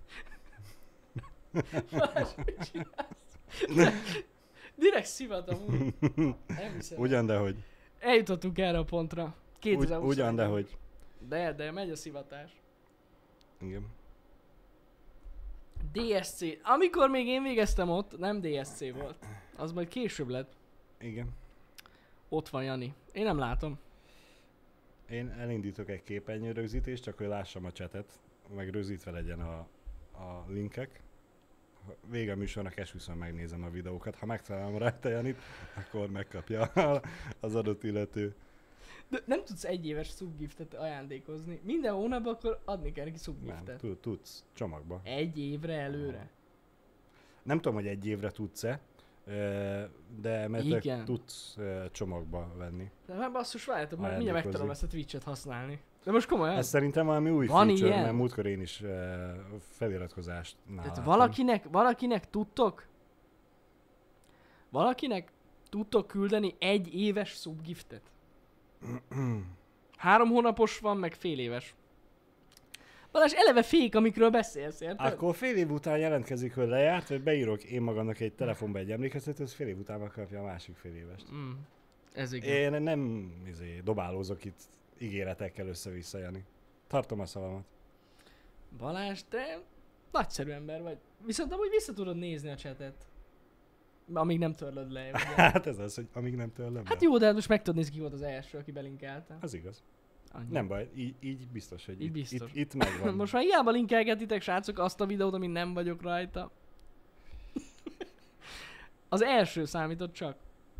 Direkt szivatom. Nem hiszem. Ugyan, de hogy. Eljutottunk erre a pontra. Ugy, ugyan, de hogy. De, de megy a szivatás. Igen. dé es cé. Amikor még én végeztem ott, nem dé es cé volt. Az majd később lett. Igen. Ott van Jani. Én nem látom. Én elindítok egy képernyőrögzítést, csak hogy lássam a chatet, meg rögzítve legyen a, a linkek. Vége a műsornak esküszöm megnézem a videókat. Ha megtalálom rajta Janit, akkor megkapja az adott illető. De nem tudsz egy éves subgiftet ajándékozni. Minden hónapban akkor adni kell neki subgiftet. Nem, tudsz, csomagba. Egy évre előre? Nem tudom, hogy egy évre tudsz-e, de mert Igen. tudsz csomagba venni. De már basszus, várjátok, már mindjárt Ajándékozni. megtanulom ezt a Twitch-et használni. De most komolyan? Ez szerintem valami új Van feature, ilyen? mert múltkor én is feliratkozást Tehát náláltam. valakinek, valakinek tudtok? Valakinek tudtok küldeni egy éves subgiftet? Három hónapos van, meg fél éves. Balázs, eleve fék, amikről beszélsz, érted? Akkor fél év után jelentkezik, hogy lejárt, vagy beírok én magamnak egy telefonba egy emlékeztetőt, az fél év után megkapja a másik fél évest. Mm. Ez igen. Én nem izé, dobálózok itt ígéretekkel össze-vissza, Jani. Tartom a szavamat. Balázs, te nagyszerű ember vagy. Viszont amúgy vissza tudod nézni a chatet. Amíg nem törlöd le. Ugye? Hát ez az, hogy amíg nem tőlem. Hát jó, de hát most meg tudod nézni, ki volt az első, aki belinkelte. Az igaz. Annyi. Nem baj, így, így biztos, hogy Így itt, biztos. Itt, itt megvan. Most már hiába linkelgetitek, srácok, azt a videót, amin nem vagyok rajta. Az első számított csak.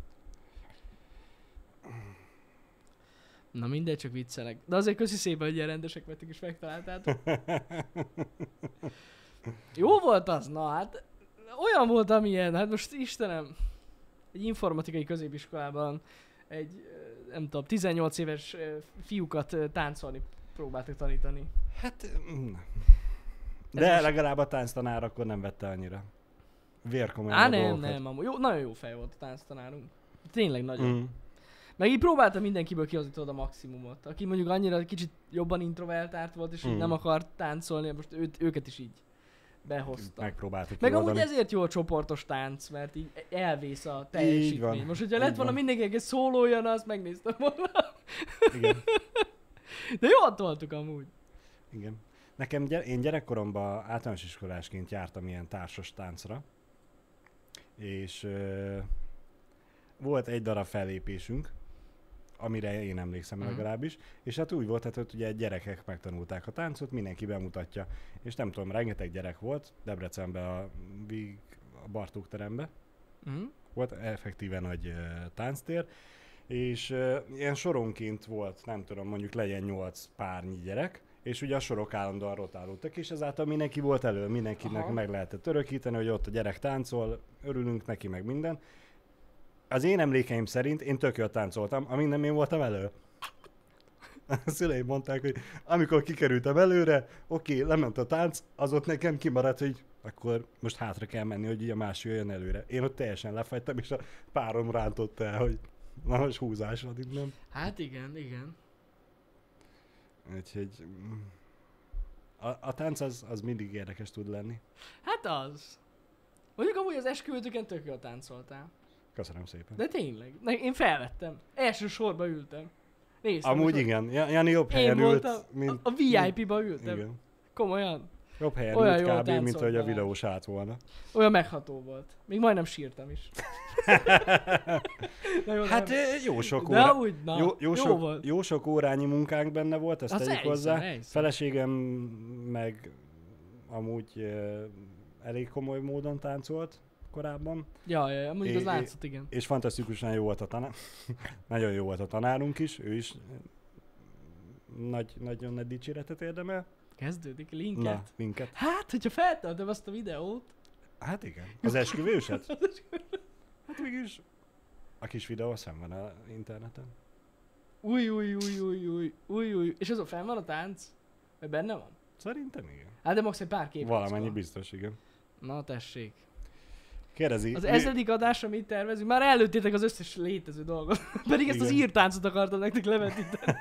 Na mindegy, csak viccelek. De azért köszi szépen, hogy ilyen rendesek vettük és megtaláltátok. Jó volt az, na hát. Olyan volt, amilyen, hát most Istenem. Egy informatikai középiskolában egy, ö, nem tudom, tizennyolc éves ö, fiúkat ö, táncolni próbáltak tanítani. Hát... mm. Ez De most- legalább a tánctanár akkor nem vette annyira. Vérkomolyan Á, a nem, dolgokat. nem, amúgy. Jó, nagyon jó fej volt a tánctanárunk. Tényleg nagyon. Mm. Meg így próbálta mindenkiből kihozni tudod a maximumot. Aki mondjuk annyira kicsit jobban introvertált volt, és így Mm. nem akart táncolni, most őt, őket is így behozta. Megpróbáltuk Meg amúgy kioldani. ezért jó a csoportos tánc, mert így elvész a van. teljesítmény. Most, hogyha Így lett volna van. mindenkinek egy szólója, na azt megnéztem volna. Igen. De jól toltuk amúgy. Igen. Nekem, gyere, én gyerekkoromban általános iskolásként jártam ilyen társas táncra, és ö, volt egy darab fellépésünk, amire én emlékszem Mhm. legalábbis, és hát úgy volt, hát, hogy ugye gyerekek megtanulták a táncot, mindenki bemutatja, és nem tudom, rengeteg gyerek volt, Debrecenben a, Víg, a Bartók teremben, Mhm. volt effektíven nagy uh, tánctér, és uh, ilyen soronként volt, nem tudom, mondjuk legyen nyolc párnyi gyerek, és ugye a sorok állandóan rotálódtak, és ezáltal mindenki volt elő, mindenkinek Aha. meg lehetett örökíteni, hogy ott a gyerek táncol, örülünk neki, meg minden. Az én emlékeim szerint én tök jól táncoltam, amíg nem én voltam elő. A szüleim mondták, hogy amikor kikerültem előre, oké, lement a tánc, az ott nekem kimaradt, hogy akkor most hátra kell menni, hogy így a másik jöjjön előre. Én ott teljesen lefagytam, és a párom rántott el, hogy na most húzás van itt, nem? Hát igen, igen. Úgyhogy mm, a, a tánc az, az mindig érdekes tud lenni. Hát az. Mondjuk amúgy az esküvőtöken tök jól táncoltál. Köszönöm szépen. De tényleg, ne, én felvettem. Első sorba ültem. Néztem, Amúgy hogy igen, Ja- Jani jobb Én helyen ült, voltam, mint... a, a vé i pé-ba ültem. Igen. Komolyan. Jobb helyen Olyan ült jól kb. Mint táncolt hogy a Balázs. videós állt volna. Olyan megható volt. Még majdnem sírtam is. Na jó, Hát nem. eh, jó sok De óra, amúgy, na, jó, jó, jó sok, volt. jó sok órányi munkánk benne volt, ezt Az tegyük elhiszem, hozzá. elhiszem. Feleségem meg amúgy eh, elég komoly módon táncolt korábban, Ja, ja, ja, mondjuk az É- látszott, igen. és fantasztikusan jó volt a tanár. Nagyon jó volt a tanárunk is, ő is nagy, nagyon nagy dicséretet érdemel. Kezdődik, linket. Na, minket. Hát, hogyha feltöltöm azt a videót, Hát igen. Az esküvőset? Hát mégis a kis videó az fenn van a interneten. új, új, új, új, új, új, új. És azon fenn van a tánc? Vagy benne van? Szerintem igen. Hát de max egy pár kép. Valamennyi biztos, igen. Na tessék. Kérdezi. Az mi- ezedik adás, amit tervezünk, már előttétek az összes létező dolgot. Pedig ezt az Igen. írtáncot akartam nektek levetíteni.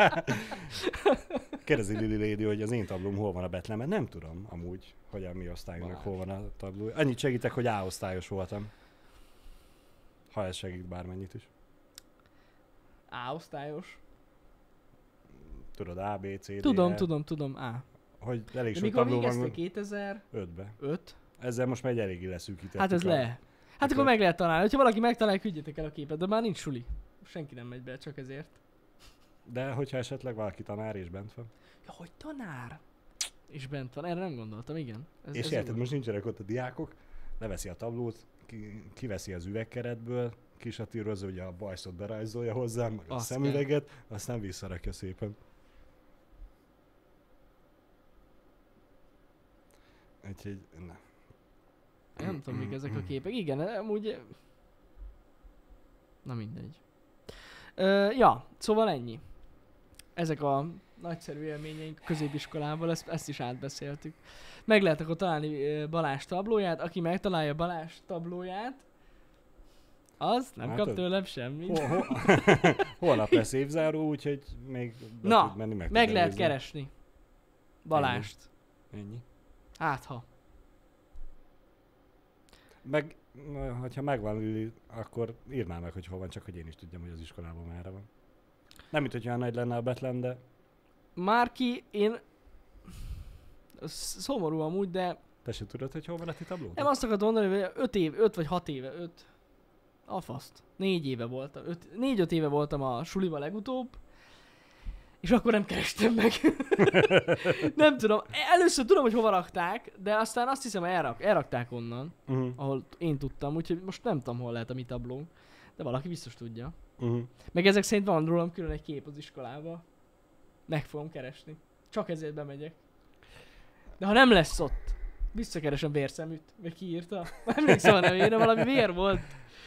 Kérdezi Lili Lady, hogy az én tablóm hol van a Betlemen. Nem tudom amúgy, hogy a mi osztályunknak Balázs. hol van a tabló. Annyit segítek, hogy A osztályos voltam. Ha ez segít bármennyit is. A osztályos. Tudod, A, B, C, D, Tudom, E, tudom, tudom. A. Hogy elég De sok mikor tabló végeztél? van. kétezer-öt? Ötbe. Ezzel most már egy eléggé leszűkítettük. Hát ez a- le. Hát Ötöt. akkor meg lehet találni. Ha valaki megtalálja, küldjetek el a képet, de már nincs suli. Senki nem megy be, csak ezért. De hogyha esetleg valaki tanár és bent van. Ja, hogy tanár? És bent van, erre nem gondoltam, igen. Ez, És ez érted, jó. most nincsenek ott a diákok, leveszi a tablót, ki, kiveszi az üvegkeretből, kisatírozza, ugye a bajszot berajzolja hozzám, meg a Azt szemüveget, aztán visszarakja szépen. Úgyhogy, na. Nem tudom, mik ezek a képek. Igen, amúgy... Na mindegy. Ö, ja, szóval ennyi. Ezek a nagyszerű élményeink a középiskolával, ezt, ezt is átbeszéltük. Meg lehet akkor találni ö, Balázs tablóját, aki megtalálja Balázs tablóját, az nem Látod? kap tőlem semmit. Ho, ho, holnap lesz évzáró, úgyhogy még be Na, tud menni, meg, Meg tud lehet előzni. keresni Balást. Ennyi. Hát ha. Meg, na, hogyha megvan Lili, akkor írd már meg, hogy hol van, csak hogy én is tudjam, hogy az iskolában merre van. Nem, mint hogy olyan nagy lenne a Betlen, de Márki, én... Sz- Szomorú amúgy, de te se tudod, hogy hol van a ti tablód? nem azt akartam mondani, hogy öt év, öt vagy hat éve, öt. A faszt. Négy éve voltam. Öt, négy-öt éve voltam a suliba legutóbb. És akkor nem kerestem meg. Nem tudom. Először tudom, hogy hova rakták, de aztán azt hiszem elrak, elrakták onnan, Uh-huh. ahol én tudtam, úgyhogy most nem tudom, hol lehet a mi tablónk. De valaki biztos tudja. Uh-huh. Meg ezek szerint van rólam külön egy kép az iskolába. Meg fogom keresni. Csak ezért bemegyek. De ha nem lesz ott, visszakeresem vérszeműt. Vagy ki írta? Emlékszem a nevére, valami vér volt.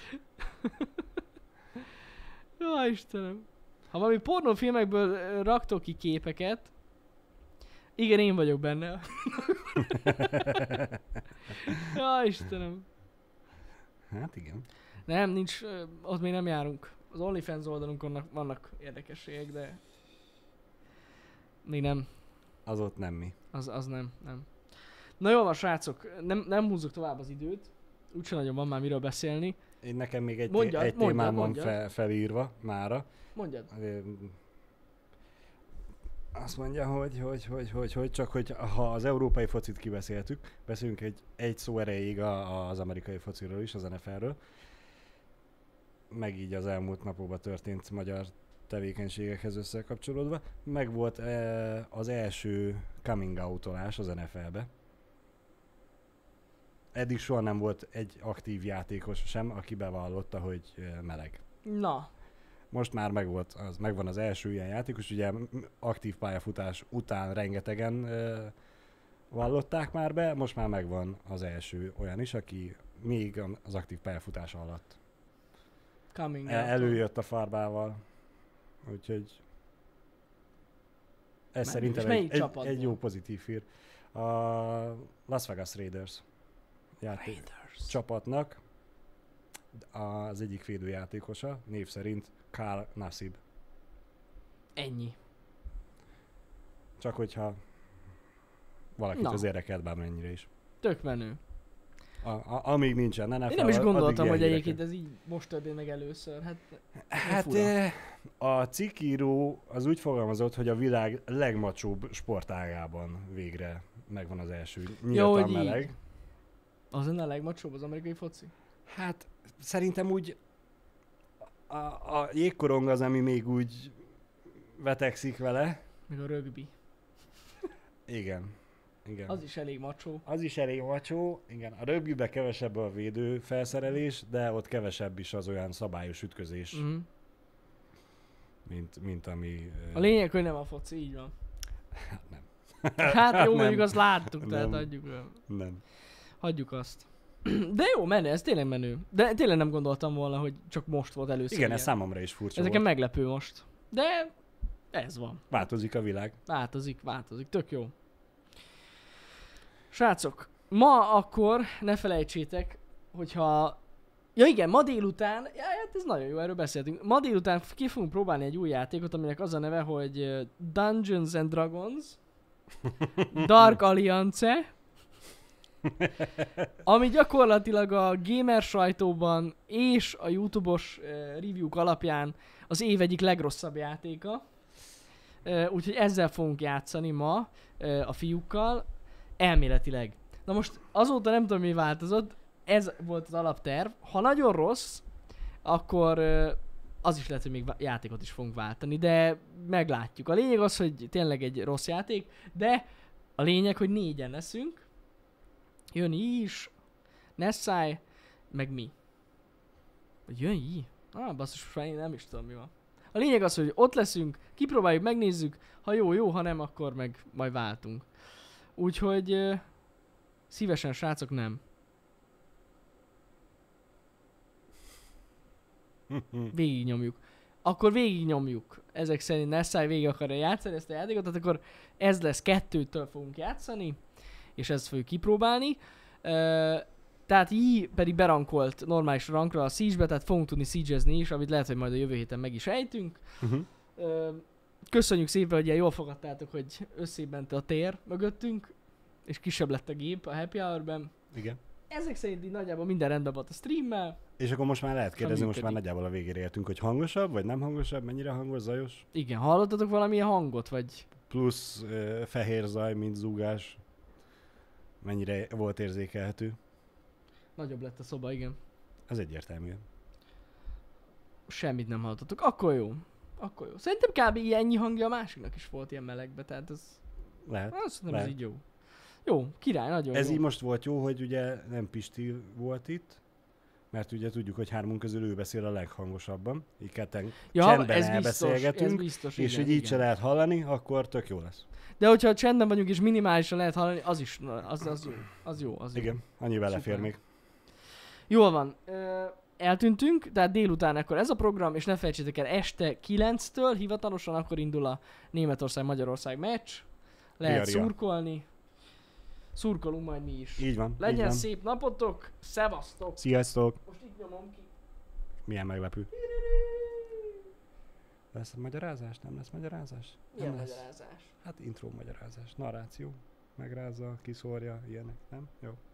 Jó, Istenem. Ha valami pornófilmekből ö, raktok ki képeket, igen, én vagyok benne. Jó, Istenem. Hát igen. Nem, nincs, ö, ott még nem járunk. Az OnlyFans oldalunkon vannak, vannak érdekességek, de még nem. Az ott nem mi. Az, az nem, nem. Na jó van, srácok, nem, nem húzzuk tovább az időt. Úgyse nagyon van már miről beszélni. Én nekem még egy, Mondjad, egy mondjad, témám van mondjad. fe, felírva mára. Mondjad. Ö, Azt mondja, hogy, hogy, hogy, hogy, hogy, csak hogy ha az európai focit kibeszéltük, beszélünk egy, egy szó erejéig a, az amerikai fociról is, az en ef el-ről. Meg így az elmúlt napokban történt magyar tevékenységekhez összekapcsolódva. Meg volt e, az első coming out-olás az en ef el-be. Eddig soha nem volt egy aktív játékos sem, aki bevallotta, hogy e, meleg. Na, Most már megvolt, az, megvan az első ilyen játékos, ugye m- aktív pályafutás után rengetegen e, vallották már be, most már megvan az első olyan is, aki még az aktív pályafutás alatt coming El- out. előjött a farbával, úgyhogy ez Menő. szerintem És melyik egy, egy, csapatból? egy jó pozitív hír. A Las Vegas Raiders játék Raiders. csapatnak az egyik védőjátékosa, név szerint Carl Nassib. Ennyi. Csak hogyha valakit Na. az érdekelt bármennyire is. Tök menő. A, a, amíg nincsen en ef el, Én nem is gondoltam, hogy híreket. egyébként ez így most történt meg először. Hát, Hát fura. eh, a cikkíró az úgy fogalmazott, hogy a világ legmacsóbb sportágában végre megvan az első nyíltan hogy így. meleg. Az lenne a legmacsóbb az amerikai foci? Hát szerintem úgy a, a jégkorong az, ami még úgy vetekszik vele. Meg a rögbi. Igen. Igen. Az is elég macsó. Az is elég macsó, igen. A rögbibe kevesebb a védő felszerelés, de ott kevesebb is az olyan szabályos ütközés, Mm. mint, mint ami... A lényeg, hogy nem a foci, így van. Hát nem. Hát jó, Nem. mondjuk azt láttuk, tehát Nem. hagyjuk, Nem. hagyjuk azt. De jó, menő, ez tényleg menő. De tényleg nem gondoltam volna, hogy csak most volt először. Igen, ilyen. ez számomra is furcsa Ez nekem volt. meglepő most. De ez van. Változik a világ. Változik, változik. Tök jó. Srácok, ma akkor ne felejtsétek, hogyha... Ja igen, ma délután, ja, hát ez nagyon jó, erről beszéltünk. Ma délután ki fogunk próbálni egy új játékot, aminek az a neve, hogy uh, Dungeons and Dragons, Dark Alliance, ami gyakorlatilag a gamer sajtóban és a YouTube-os uh, review-k alapján az év egyik legrosszabb játéka. Uh, úgyhogy ezzel fogunk játszani ma uh, a fiúkkal, elméletileg. Na most azóta nem tudom, mi változott, ez volt az alapterv. Ha nagyon rossz, akkor uh, az is lehet, hogy még vá- játékot is fogunk váltani, de meglátjuk. A lényeg az, hogy tényleg egy rossz játék, de a lényeg, hogy négyen leszünk. Jön is, Nessai, meg mi. Vagy jön I? Ah, basszus, most már én nem is tudom, mi van. A lényeg az, hogy ott leszünk, kipróbáljuk, megnézzük, ha jó, jó, ha nem, akkor meg majd váltunk. Úgyhogy uh, szívesen, srácok, nem. Végig nyomjuk. Akkor végig nyomjuk. Ezek szerint Nessai végig akarja játszani ezt a játékot, tehát akkor ez lesz, kettőtől fogunk játszani, és ezt fogjuk kipróbálni. Uh, tehát így pedig berankolt normális rankra a Siege-be, tehát fogunk tudni siege-ezni is, amit lehet, hogy majd a jövő héten meg is ejtünk. Uh-huh. Uh, köszönjük szépen, hogy ilyen jól fogadtátok, hogy összébent a tér mögöttünk, és kisebb lett a gép a Happy Hour-ben. Igen. Ezek szerint így nagyjából minden rendben volt a streammel. És akkor most már lehet kérdezni, most működik. már nagyjából a végére értünk, hogy hangosabb, vagy nem hangosabb, mennyire hangos, zajos? Igen, hallottatok valamilyen hangot, vagy... Plusz uh, fehér zaj, mint zúgás. Mennyire volt érzékelhető? Nagyobb lett a szoba, igen. Ez egyértelmű. Semmit nem hallottatok. Akkor jó. Akkor jó. Szerintem kb. Ennyi hangja a másiknak is volt ilyen melegbe, tehát ez... Lehet. Azt nem ez lehet. így jó. Jó, király, nagyon Ez jó. így most volt jó, hogy ugye nem Pisti volt itt, mert ugye tudjuk, hogy hármunk közül ő beszél a leghangosabban, így ketten ja, csendben ez biztos, ez elbeszélgetünk, biztos, és igen, hogy így igen. se lehet hallani, akkor tök jó lesz. De hogyha csendben vagyunk és minimálisan lehet hallani, az is, az, az jó. Az jó, az jó. Igen, annyi belefér Szuper. még. Jól van. Ö, eltűntünk, tehát délután akkor ez a program, és ne felejtsétek el, este kilenctől hivatalosan akkor indul a Németország-Magyarország meccs. Lehet Ria, ria. szurkolni. Szurkolunk majd mi is. Így van, így Legyen van. szép napotok, szevasztok! Sziasztok! Most így nyomom ki. Milyen meglepő. Lesz magyarázás? Nem lesz magyarázás? Milyen Nem lesz. magyarázás? Hát intro magyarázás, narráció. Megrázza, kiszórja, ilyenek, nem? Jó.